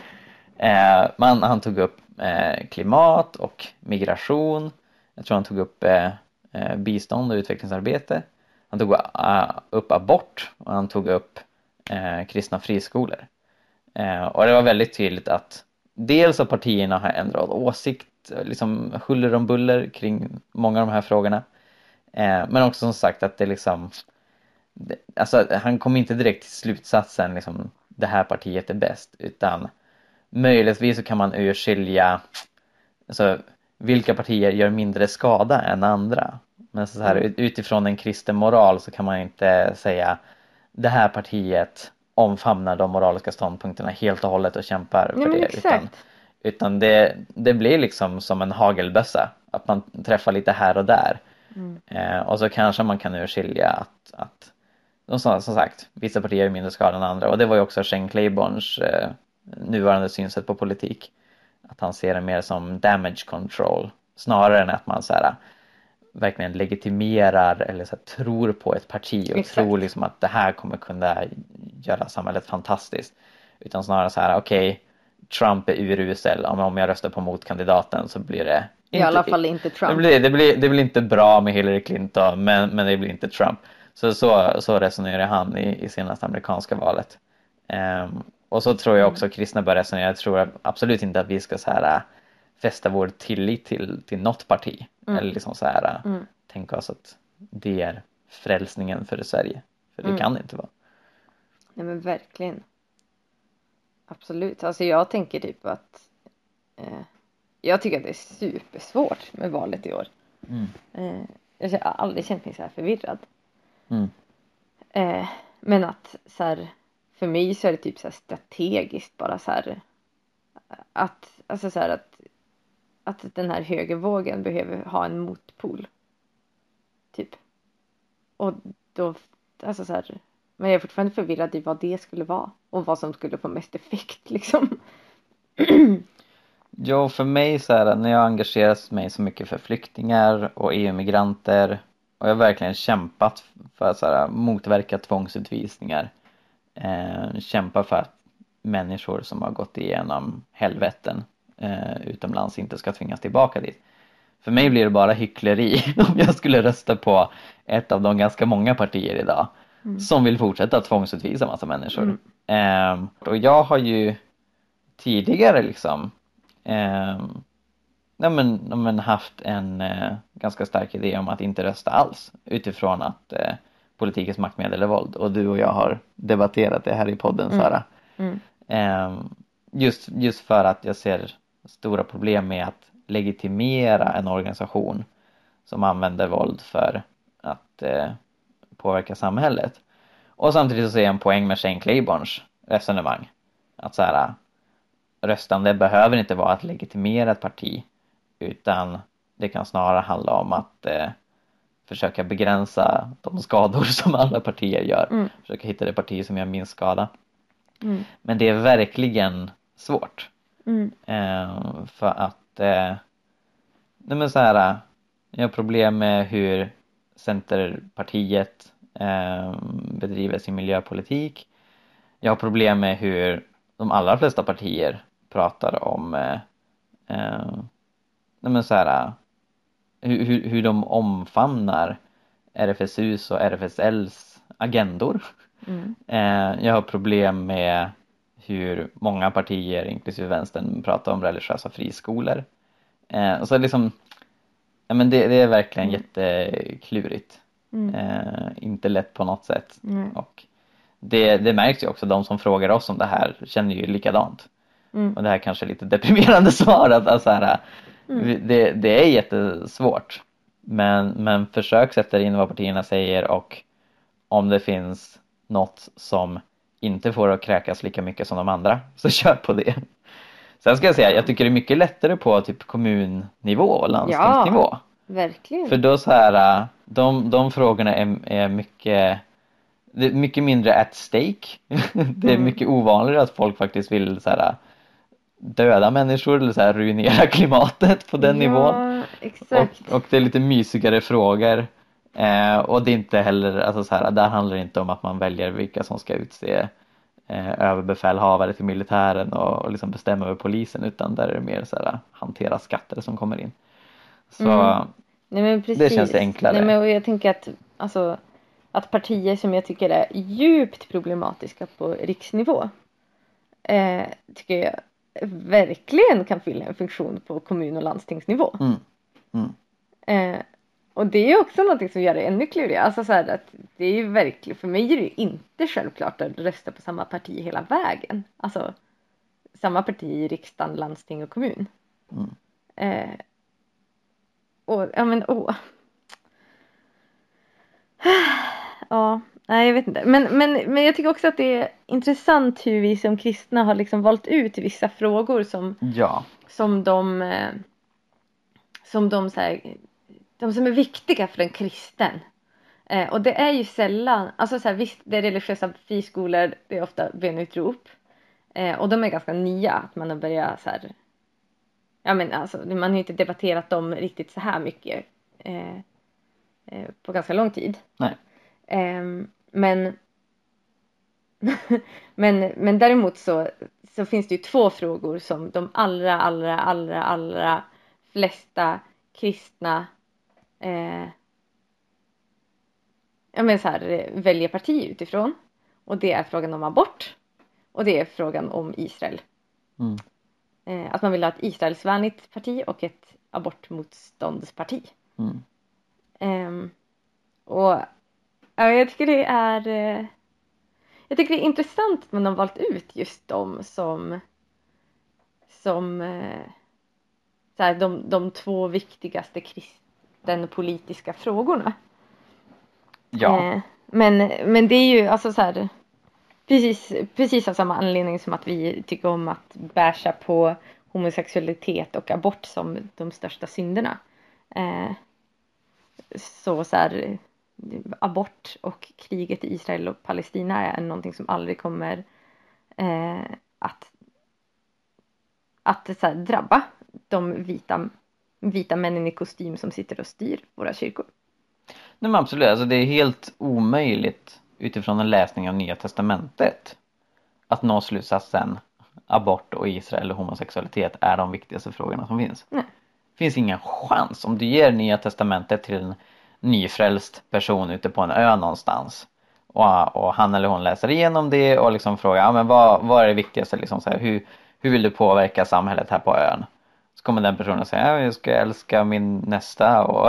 Eh, man, han tog upp eh, klimat och migration. Jag tror han tog upp eh, bistånd och utvecklingsarbete. Han tog uh, upp abort och han tog upp eh, kristna friskolor. Eh, och det var väldigt tydligt att dels att partierna har ändrat åsikt, liksom huller om buller kring många av de här frågorna. Eh, men också som sagt att det liksom, det, alltså han kom inte direkt till slutsatsen liksom det här partiet är bäst, utan möjligtvis så kan man urskilja alltså, vilka partier gör mindre skada än andra. Men så här, utifrån en kristen moral så kan man inte säga det här partiet omfamnar de moraliska ståndpunkterna helt och hållet och kämpar för Nej, det. Utan, utan det, det blir liksom som en hagelbössa. Att man träffar lite här och där. Mm. Eh, och så kanske man kan urskilja att, att de, som, som sagt, vissa partier är mindre skadade än andra. Och det var ju också Shane Claibornes eh, nuvarande synsätt på politik. Att han ser det mer som damage control. Snarare än att man så här, verkligen legitimerar eller så här, tror på ett parti och Exakt. tror liksom att det här kommer kunna göra samhället fantastiskt. Utan snarare så här, okej, okay, Trump är urusel. Om, om jag röstar på motkandidaten så blir det inte, i alla fall inte Trump. Det blir, det blir, det blir inte bra med Hillary Clinton, men, men det blir inte Trump. Så, så, så resonerar han i, i senaste amerikanska valet. Um, och så tror jag också att kristna bör resonera. Jag tror absolut inte att vi ska så här fästa vår tillit till, till något parti. Mm. Eller liksom så här mm. tänka oss att det är frälsningen för Sverige. För det mm. kan det inte vara. Nej men verkligen. Absolut. Alltså jag tänker typ att eh, jag tycker att det är supersvårt med valet i år. Mm. Eh, jag har aldrig känt mig så här förvirrad. Mm. Eh, men att så här, för mig så är det typ så här strategiskt bara så här att alltså så här att att den här högervågen behöver ha en motpol. Typ. Och då alltså så här, men jag är fortfarande förvirrad i vad det skulle vara och vad som skulle få mest effekt liksom. Jo, för mig så här, när jag engagerat mig så mycket för flyktingar och E U-migranter och jag har verkligen kämpat för att så här, motverka tvångsutvisningar. Eh, kämpa för att människor som har gått igenom helveten eh, utomlands inte ska tvingas tillbaka dit. För mig blir det bara hyckleri om jag skulle rösta på ett av de ganska många partier idag mm. som vill fortsätta tvångsutvisa massa människor. Mm. Eh, och jag har ju tidigare liksom eh, ja, men, ja, men haft en eh, ganska stark idé om att inte rösta alls utifrån att eh, politikens maktmedel är våld. Och du och jag har debatterat det här i podden, mm. Sara. Mm. Eh, just, just för att jag ser stora problem med att legitimera en organisation som använder våld för att eh, påverka samhället. Och samtidigt så ser jag en poäng med Shane Claibornes resonemang. Att så här, röstande behöver inte vara att legitimera ett parti, utan det kan snarare handla om att eh, försöka begränsa de skador som alla partier gör. Mm. Försöka hitta det parti som gör minst skada. Mm. Men det är verkligen svårt. Mm. Eh, för att eh, nej men så här, jag har problem med hur Centerpartiet eh, bedriver sin miljöpolitik. Jag har problem med hur de allra flesta partier pratar om eh, eh, nej men så här, hur, hur, hur de omfamnar R F S U:s och R F S L:s agendor. Mm. Eh, jag har problem med hur många partier, inklusive vänstern, pratar om religiösa friskolor. Eh, och så liksom, ja, men det, det är verkligen Mm. jätteklurigt. Mm. Eh, inte lätt på något sätt. Mm. Och det, det märks ju också, de som frågar oss om det här känner ju likadant. Mm. Och det här kanske är lite deprimerande svar att alltså här, Mm. det, det är jättesvårt. Men, men försök sätta in vad partierna säger, och om det finns något som inte får att kräkas lika mycket som de andra, så kör på det. Sen ska jag säga, jag tycker det är mycket lättare på typ kommunnivå och landstingsnivå. Ja, verkligen. För då så här, de, de frågorna är, är mycket, det är mycket mindre at stake. Det är Mm. mycket ovanligare att folk faktiskt vill så här, döda människor eller så här, ruinera klimatet på den ja, nivån. exakt. Och, och det är lite mysigare frågor. Eh, och det är inte heller, alltså så här, där handlar det inte om att man väljer vilka som ska utse eh, överbefälhavare till militären och, och liksom bestämma över polisen, utan där är det mer så här, hantera skatter som kommer in. Så Mm. Nej, men precis. det känns enklare. Nej, men och jag tänker att, alltså, att partier som jag tycker är djupt problematiska på riksnivå eh, tycker jag verkligen kan fylla en funktion på kommun- och landstingsnivå. Mm. Mm. Eh, och det är ju också något som gör det ännu klurigare. Alltså så här att det är ju verkligen, för mig är det ju inte självklart att rösta på samma parti hela vägen. Alltså samma parti i riksdagen, landsting och kommun. Mm. Eh, och ja men åh. Ja, nej jag vet inte. Men, men, men jag tycker också att det är intressant hur vi som kristna har liksom valt ut vissa frågor som, Ja. som de eh, som de så här, de som är viktiga för en kristen. Eh, och det är ju sällan, alltså så här, visst det är religiösa friskolor, det är ofta bönutrop. Eh, och de är ganska nya, att man har börjat så här, ja men alltså man har ju inte debatterat dem riktigt så här mycket eh, eh, på ganska lång tid. Nej. Eh, men men men däremot så så finns det ju två frågor som de allra allra allra allra flesta kristna eh, ja men så här, väljer parti utifrån, och det är frågan om abort och det är frågan om Israel. Mm. Eh, att man vill ha ett Israelsvänligt parti och ett abortmotståndsparti. Mm. Eh, och ja, jag tycker det är eh, jag tycker det är intressant att man har valt ut just dem som som eh, så här, de, de två viktigaste kristenpolitiska frågorna. Ja. Eh, men, men det är ju alltså så här, precis, precis av samma anledning som att vi tycker om att bärsa på homosexualitet och abort som de största synderna. Eh, så så här, abort och kriget i Israel och Palestina är någonting som aldrig kommer eh, att, att så här, drabba de vita, vita männen i kostym som sitter och styr våra kyrkor. Nej, men absolut, alltså det är helt omöjligt utifrån en läsning av Nya Testamentet att nå slutsatsen abort och Israel och homosexualitet är de viktigaste frågorna som finns. Nej. Det finns ingen chans om du ger Nya Testamentet till en nyfrälst person ute på en ö någonstans och, och han eller hon läser igenom det och liksom frågar, ja, men vad, vad är det viktigaste liksom, så här, hur, hur vill du påverka samhället här på ön? Så kommer den personen säga, ja, jag ska älska min nästa och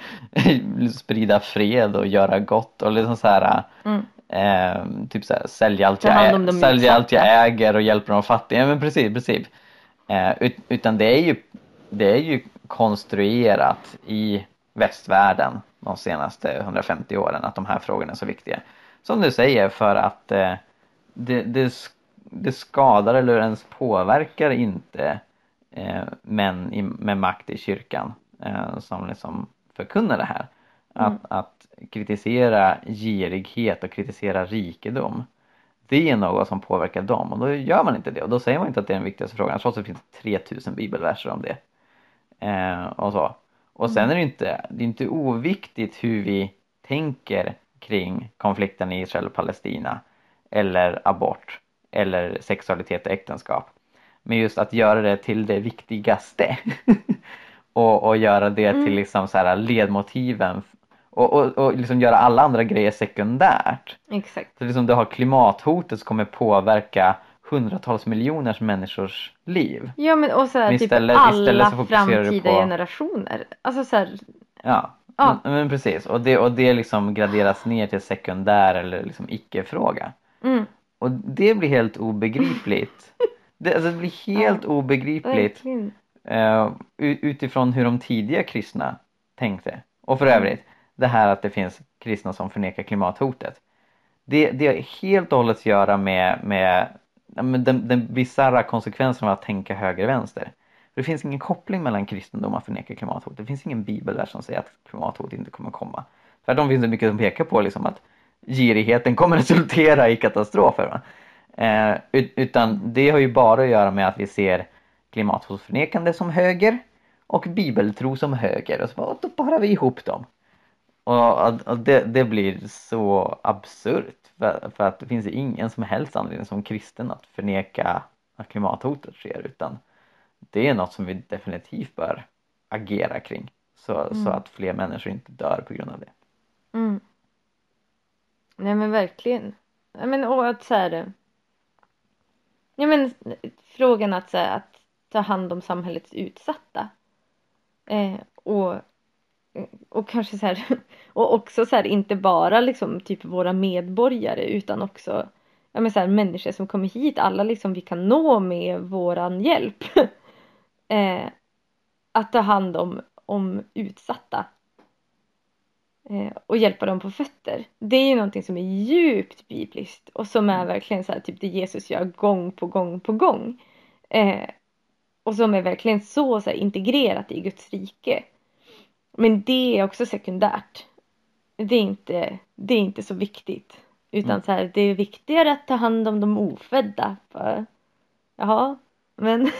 sprida fred och göra gott och liksom så här, Mm. eh, typ så här, sälja allt Ta jag, hand om ä- de sälja utsatta. allt jag äger och hjälpa de fattiga. Ja, men precis, precis. Eh, ut, utan det är ju det är ju konstruerat i västvärlden de senaste hundrafemtio åren att de här frågorna är så viktiga. Som du säger, för att eh, det, det, det skadar eller ens påverkar inte eh, män i, med makt i kyrkan eh, som liksom förkunnar det här. Att, Mm. att kritisera girighet och kritisera rikedom, det är något som påverkar dem, och då gör man inte det, och då säger man inte att det är den viktigaste frågan, trots att det finns tre tusen bibelverser om det. Eh, och så. Och sen är det inte, det är inte oviktigt hur vi tänker kring konflikten i Israel och Palestina, eller abort, eller sexualitet och äktenskap. Men just att göra det till det viktigaste och, och göra det Mm. till liksom så här ledmotiven och, och, och liksom göra alla andra grejer sekundärt. Exakt. Så liksom du har klimathotet som kommer påverka hundratals miljoners människors liv. Ja, men och så här, Men typ istället- alla istället så fokuserar du framtida på- generationer. Alltså så här, Ja, Ja. Men, men precis. Och det, och det liksom graderas ner till sekundär eller liksom icke-fråga. mm, Och det blir helt obegripligt. Det, alltså det blir helt obegripligt verkligen. eh, u- utifrån hur de tidiga kristna tänkte. Och för Mm. övrigt, det här att det finns kristna som förnekar klimathotet. Det, det har helt och hållet att göra med, med, ja, med den, den bisarra konsekvensen av att tänka höger-vänster. För det finns ingen koppling mellan kristendom och förneka klimathot. Det finns ingen bibel där som säger att klimathot inte kommer komma. För de finns det mycket som pekar på liksom att girigheten kommer resultera i katastrofer. Va? Eh, ut, utan det har ju bara att göra med att vi ser klimathotförnekande som höger och bibeltro som höger. Och så bara, då parar vi ihop dem. Och, och det, det blir så absurt. För, för att det finns ingen som helst anledning som kristen att förneka att klimathotet sker. Utan det är något som vi definitivt bör agera kring. Så, Mm. så att fler människor inte dör på grund av det. Mm. Nej, men verkligen. Ja, men och att så här, ja, men frågan att, så här, att ta hand om samhällets utsatta. Eh, och, och kanske så här, och också så här, inte bara liksom typ våra medborgare utan också ja, men så här, människor som kommer hit. Alla liksom vi kan nå med våran hjälp. eh, att ta hand om, om utsatta. Eh, och hjälpa dem på fötter. Det är ju någonting som är djupt bibliskt. Och som är verkligen så här, typ det Jesus gör gång på gång på gång. Eh, och som är verkligen så, så här, integrerat i Guds rike. Men det är också sekundärt. Det är inte, det är inte så viktigt. Utan Mm. så här, det är viktigare att ta hand om de ofödda. För, jaha, men...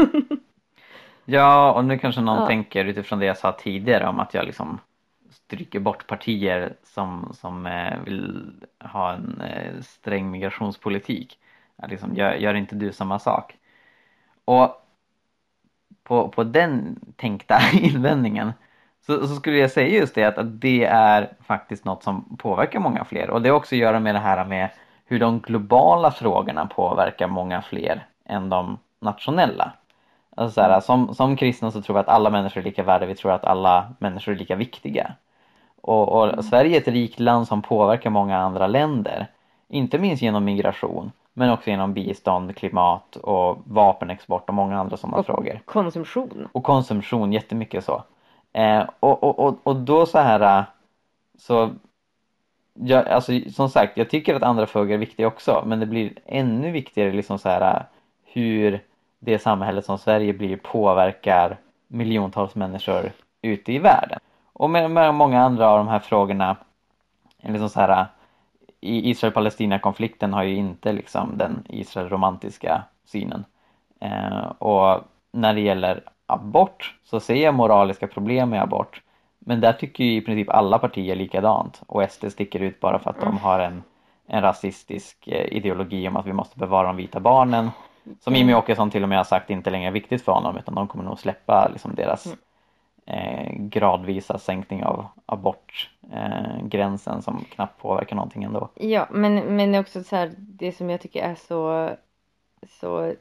Ja, och nu kanske någon Ja. tänker utifrån det jag sa tidigare om att jag liksom stryker bort partier som, som eh, vill ha en eh, sträng migrationspolitik. Ja, liksom, gör, gör inte du samma sak? Och på, på den tänkta invändningen så, så skulle jag säga just det att, att det är faktiskt något som påverkar många fler. Och det har också att göra med det här med hur de globala frågorna påverkar många fler än de nationella. Alltså så här, som, som kristna så tror vi att alla människor är lika värda. Vi tror att alla människor är lika viktiga. Och, och Mm. Sverige är ett rikt land som påverkar många andra länder. Inte minst genom migration. Men också genom bistånd, klimat och vapenexport och många andra sådana Och frågor. konsumtion. Och konsumtion, jättemycket så. Eh, och, och, och, och då så här så jag, alltså, som sagt, jag tycker att andra frågor är viktiga också. Men det blir ännu viktigare liksom så här hur det samhället som Sverige blir påverkar miljontals människor ute i världen. Och med, med många andra av de här frågorna liksom så här, i Israel-Palestina-konflikten har ju inte liksom den Israel-romantiska synen. Eh, och när det gäller abort så ser jag moraliska problem med abort. Men där tycker ju i princip alla partier likadant. Och S D sticker ut bara för att de har en, en rasistisk eh, ideologi om att vi måste bevara de vita barnen. Som Jimmie Åkesson till och med har sagt inte längre är viktigt för honom, utan de kommer nog släppa liksom deras eh, gradvisa sänkning av abortgränsen eh, som knappt påverkar någonting ändå. Ja, men, men också så här, det som jag tycker är så, så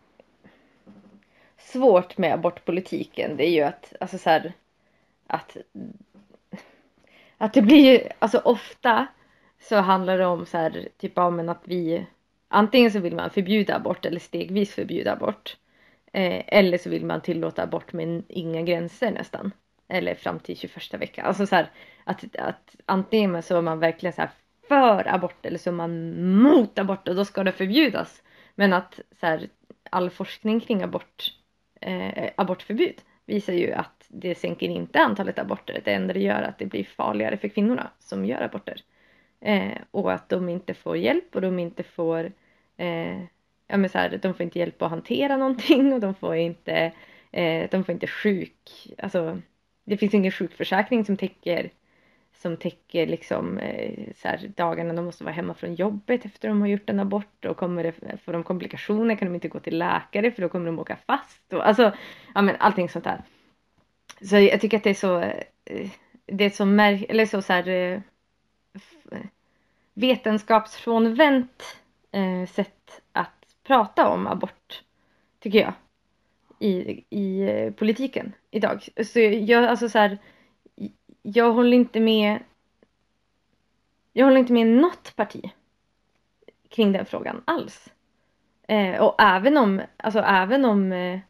svårt med abortpolitiken, det är ju att, alltså så här, att, att det blir ju, alltså ofta så handlar det om så här, typ av men att vi, antingen så vill man förbjuda abort eller stegvis förbjuda abort. Eh, eller så vill man tillåta abort med inga gränser nästan. Eller fram till tjugoförsta veckan. Alltså så här, att, att antingen så är man verkligen så här för abort eller så är man mot abort och då ska det förbjudas. Men att så här, all forskning kring abort, eh, abortförbud visar ju att det sänker inte antalet aborter. Det enda det gör är att det blir farligare för kvinnorna som gör aborter. Eh, och att de inte får hjälp och de inte får... Eh, ja, men så här, de får inte hjälp att hantera någonting och de får inte, eh, de får inte sjuk, alltså det finns ingen sjukförsäkring som täcker, som täcker liksom eh, så här, dagarna de måste vara hemma från jobbet efter de har gjort en abort och kommer det, får de komplikationer kan de inte gå till läkare för då kommer de åka fast och alltså, ja men allting sånt där. Så jag tycker att det är så, eh, det är så märk, eller så, så här eh, vetenskapsfrånvänt eh, sätt att prata om abort, tycker jag, i, i eh, politiken idag. Så jag, alltså så här, jag håller inte med jag håller inte med något parti kring den frågan alls. Eh, och även om, alltså även om eh,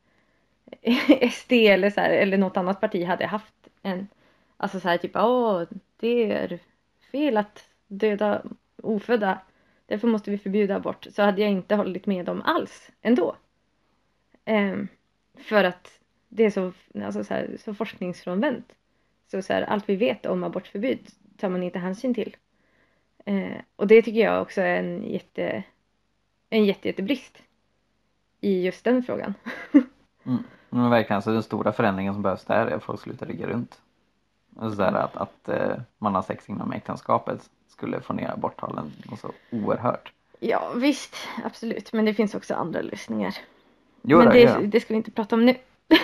S D eller så här, eller något annat parti hade haft en, alltså så här typ, åh, det är fel att döda ofödda, därför måste vi förbjuda abort, så hade jag inte hållit med dem alls ändå. Eh, för att det är så, alltså så här, så forskningsfrånvänt. Så, så här, allt vi vet om abortförbud tar man inte hänsyn till. Eh, och det tycker jag också är en jätte en jätte, jättebrist i just den frågan. Mm. Men verkligen, alltså den stora förändringen som behövs där är att folk slutar ligga runt. Och så där att, att eh, man har sex inom äktenskapet skulle få ner aborttalen och så oerhört. Ja, visst, absolut. Men det finns också andra lösningar. Jo, men då, det, ja. det ska vi inte prata om nu.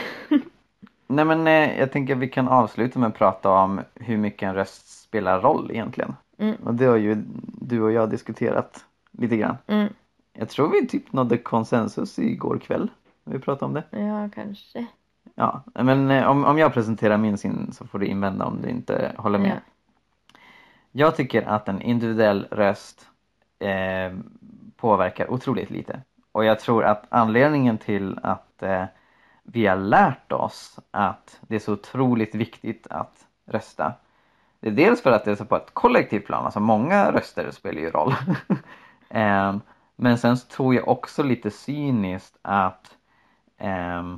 Nej, men eh, jag tänker att vi kan avsluta med att prata om hur mycket en röst spelar roll egentligen. Mm. Och det har ju du och jag diskuterat lite grann. Mm. Jag tror vi typ nådde konsensus igår kväll när vi pratade om det. Ja, kanske. Ja, men eh, om, om jag presenterar min syn så får du invända om du inte håller med. Ja. Jag tycker att en individuell röst eh, påverkar otroligt lite. Och jag tror att anledningen till att eh, vi har lärt oss att det är så otroligt viktigt att rösta. Det är dels för att det är så på ett kollektivt plan, alltså många röster spelar ju roll. eh, men sen så tror jag också lite cyniskt att eh,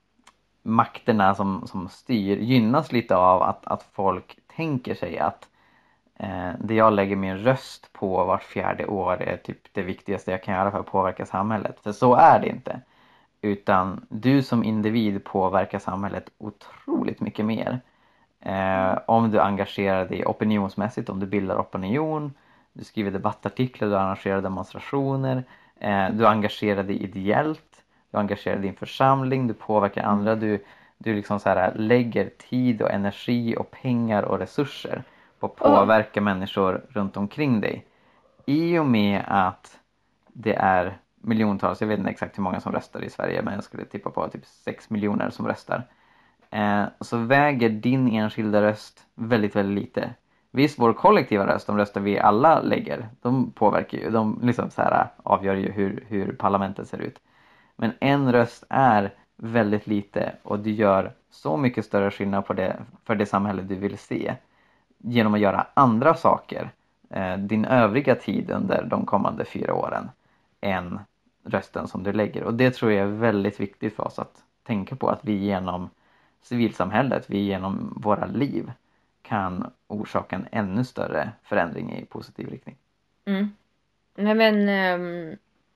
makterna som, som styr gynnas lite av att, att folk tänker sig att eh, det jag lägger min röst på vart fjärde år är typ det viktigaste jag kan göra för att påverka samhället. För så är det inte. Utan du som individ påverkar samhället otroligt mycket mer. Eh, om du engagerar dig opinionsmässigt, om du bildar opinion, du skriver debattartiklar, du arrangerar demonstrationer, eh, du engagerar dig ideellt, du engagerar din församling, du påverkar andra, du, du liksom så här lägger tid och energi och pengar och resurser på att påverka oh. människor runt omkring dig. I och med att det är miljontals, jag vet inte exakt hur många som röstar i Sverige, men jag skulle tippa på typ sex miljoner som röstar. Eh, så väger din enskilda röst väldigt, väldigt lite. Visst, vår kollektiva röst, de röster vi alla lägger, de påverkar ju, de liksom så här avgör ju hur, hur parlamentet ser ut. Men en röst är väldigt lite och du gör så mycket större skillnad på det, för det samhälle du vill se genom att göra andra saker eh, din övriga tid under de kommande fyra åren än rösten som du lägger. Och det tror jag är väldigt viktigt för oss att tänka på, att vi genom civilsamhället, vi genom våra liv kan orsaka en ännu större förändring i positiv riktning. Mm. Nej men um...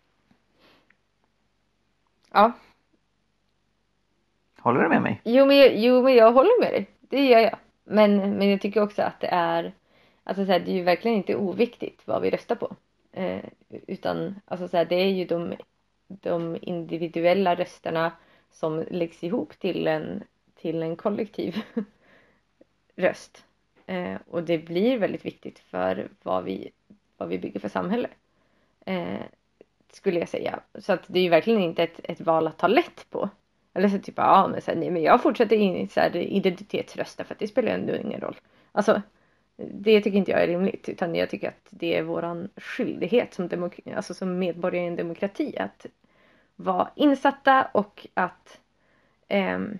ja. Håller du med mig? Jo men, jag, jo men jag håller med dig. Det gör jag. Men, men jag tycker också att det är, alltså så här, det är ju verkligen inte oviktigt vad vi röstar på. Eh, utan alltså så här, det är ju de, de individuella rösterna som läggs ihop till en, till en kollektiv röst. Eh, och det blir väldigt viktigt för vad vi, vad vi bygger för samhälle. Eh, skulle jag säga. Så att det är ju verkligen inte ett, ett val att ta lätt på. Eller så typ, ja men, så här, nej, men jag fortsätter in, så här, identitetsrösta för att det spelar ändå ingen roll. Alltså, det tycker inte jag är rimligt, utan jag tycker att det är våran skyldighet som, demok- alltså, som medborgare i en demokrati att vara insatta och att ehm,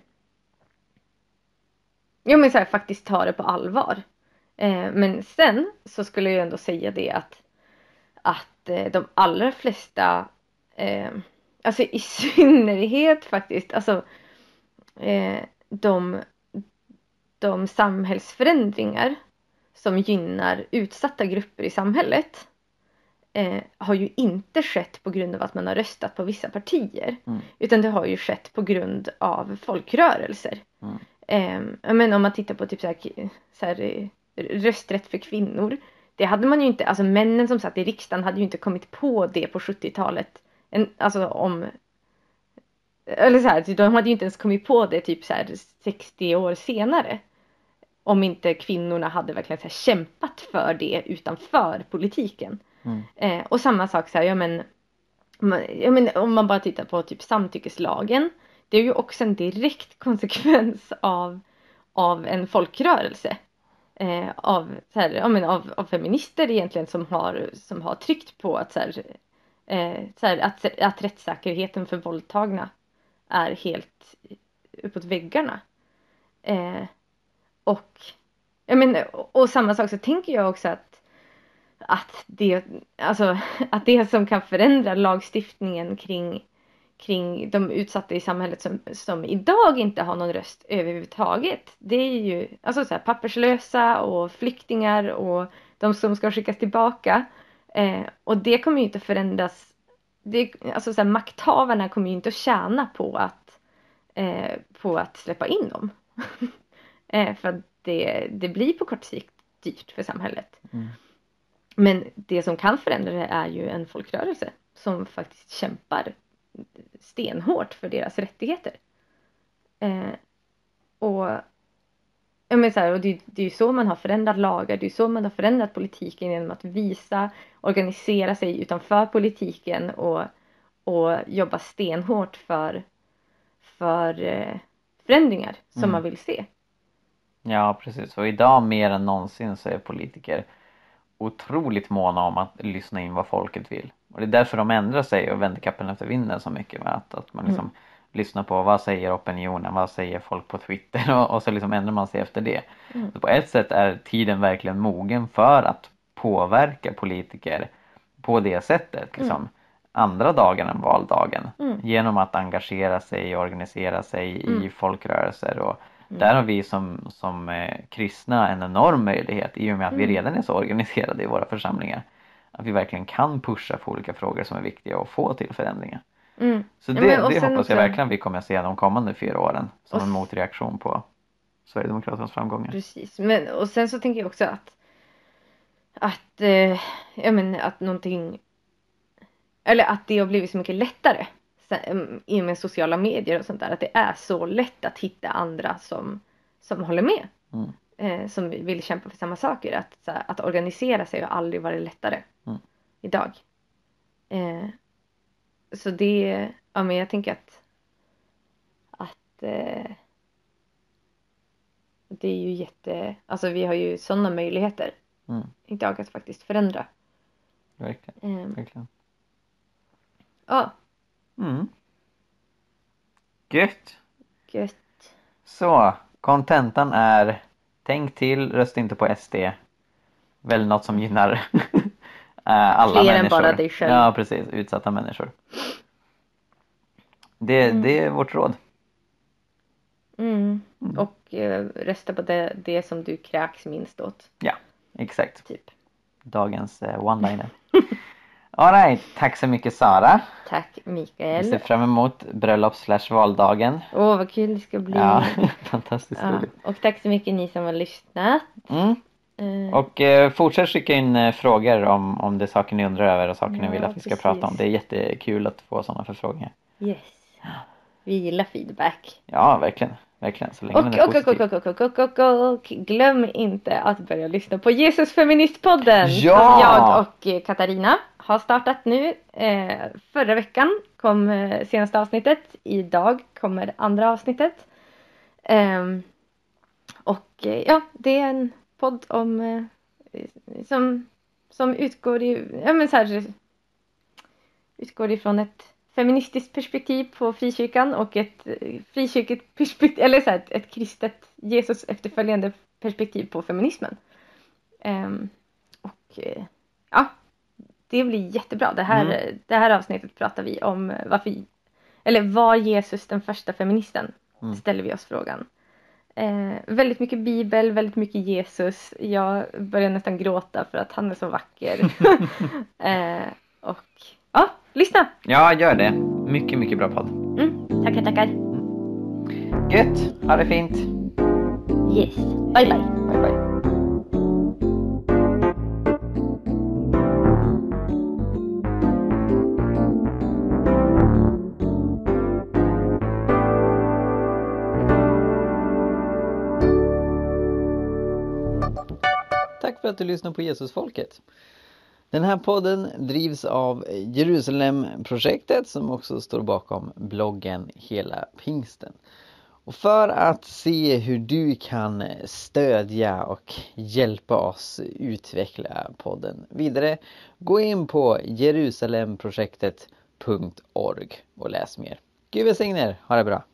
jo, men så här, faktiskt ta det på allvar. Eh, men sen så skulle jag ändå säga det att, att eh, de allra flesta eh, alltså i synnerhet faktiskt, alltså eh, de, de samhällsförändringar som gynnar utsatta grupper i samhället eh, har ju inte skett på grund av att man har röstat på vissa partier. Mm. Utan det har ju skett på grund av folkrörelser. Mm. Eh, men om man tittar på typ så här, så här, rösträtt för kvinnor. Det hade man ju inte, alltså männen som satt i riksdagen hade ju inte kommit på det på sjuttiotalet. En, alltså om, eller så här, de hade ju inte ens kommit på det typ så här sextio år senare. Om inte kvinnorna hade verkligen så här kämpat för det utanför politiken. Mm. Eh, och samma sak så här, ja men Man- Jag menar, om man bara tittar på typ samtyckeslagen. Det är ju också en direkt konsekvens av, av en folkrörelse. Eh, av, så här, ja, men av, av feminister egentligen som har, som har tryckt på att, så här, eh, så här, att, att rättssäkerheten för våldtagna är helt uppåt väggarna. Eh, och, jag menar, och, och samma sak så tänker jag också att att det, alltså, att det som kan förändra lagstiftningen kring, kring de utsatta i samhället som, som idag inte har någon röst överhuvudtaget. Det är ju alltså så här, papperslösa och flyktingar och de som ska skickas tillbaka. Eh, och det kommer ju inte förändras. Det, alltså så här, makthavarna kommer ju inte att tjäna på att, eh, på att släppa in dem. eh, för att det, det blir på kort sikt dyrt för samhället. Mm. Men det som kan förändra det är ju en folkrörelse som faktiskt kämpar stenhårt för deras rättigheter. Eh, och jag menar så här, och det, det är ju så man har förändrat lagar, det är så man har förändrat politiken genom att visa, organisera sig utanför politiken och, och jobba stenhårt för, för eh, förändringar som Mm. man vill se. Ja, precis. Och idag mer än någonsin så är politiker otroligt måna om att lyssna in vad folket vill. Och det är därför de ändrar sig och vänder kappen efter vinden så mycket. Med att, att man liksom Mm. lyssnar på vad säger opinionen, vad säger folk på Twitter och, och så liksom ändrar man sig efter det. Mm. Så på ett sätt är tiden verkligen mogen för att påverka politiker på det sättet. Liksom, Mm. andra dagen än valdagen. Mm. Genom att engagera sig och organisera sig Mm. i folkrörelser. Och Mm. där har vi som, som eh, kristna en enorm möjlighet i och med att vi Mm. redan är så organiserade i våra församlingar. Att vi verkligen kan pusha på olika frågor som är viktiga och få till förändringar. Mm. Så Ja, det, men- och det sen hoppas jag också- verkligen vi kommer att se de kommande fyra åren. Som Och en s- motreaktion på Sverigedemokraternas framgångar. Precis, men och sen så tänker jag också att att, eh, ja, men att någonting eller att det har blivit så mycket lättare sen- i och med sociala medier och sånt där, att det är så lätt att hitta andra som, som håller med, Mm. eh, som vill kämpa för samma saker, att, så här, att organisera sig har aldrig varit lättare Mm. idag. Eh, så det, ja men jag tänker att att eh, det är ju jätte, alltså vi har ju sådana möjligheter Mm. idag att faktiskt förändra. Verkligen. Eh, Verkligen. ja, Mm. Gött. gött. Så, kontentan är: tänk till, rösta inte på S D. Välj något som gynnar eh, alla Fler än människor. bara dig själv. Ja, precis. Utsatta människor. Det, Mm. det är vårt råd. Mm. Mm. Och eh, rösta på det, det som du kräks minst åt, Ja, exakt. typ. Dagens eh, one-liner. All right, tack så mycket Sara. Tack Vi ser Mikael. fram emot bröllops slash valdagen. Åh vad kul det ska bli. Ja, fantastiskt Ja, roligt. och tack så mycket ni som har lyssnat. Mm. Eh, Och eh, fortsätt skicka in eh, frågor om, om det är saker ni undrar över och saker ni Ja, vill att vi ska precis. prata om. Det är jättekul att få sådana förfrågningar. yes. Vi gillar feedback. Ja, verkligen. Verkligen, så länge Och, den är och, och, positiv. och, och, och, och, och, och, och glöm inte att börja lyssna på Jesus Feministpodden Ja! som jag och eh, Katarina har startat nu. Eh, förra veckan kom eh, senaste avsnittet. Idag kommer andra avsnittet. Ehm, och eh, ja, det är en podd om eh, som, som utgår i, ja, men så här, utgår ifrån ett feministiskt perspektiv på frikyrkan och ett eh, frikyrkligt perspektiv, eller så här, ett, ett kristet Jesus efterföljande perspektiv på feminismen. Ehm, och eh, ja, det blir jättebra. Det här, Mm. det här avsnittet pratar vi om varför, eller var Jesus den första feministen? Mm. Ställer vi oss frågan. Eh, väldigt mycket bibel, väldigt mycket Jesus. Jag börjar nästan gråta för att han är så vacker. eh, och ja, lyssna! Ja, gör det. Mycket, mycket bra podd. Mm, tackar, tackar. Gött, ha det fint. Yes. Bye, bye. Bye, bye. Tack för att du lyssnar på Jesusfolket. Den här podden drivs av Jerusalemprojektet som också står bakom bloggen Hela Pingsten. Och för att se hur du kan stödja och hjälpa oss utveckla podden vidare, gå in på jerusalemprojektet punkt org och läs mer. Gud välsigne er, ha det bra!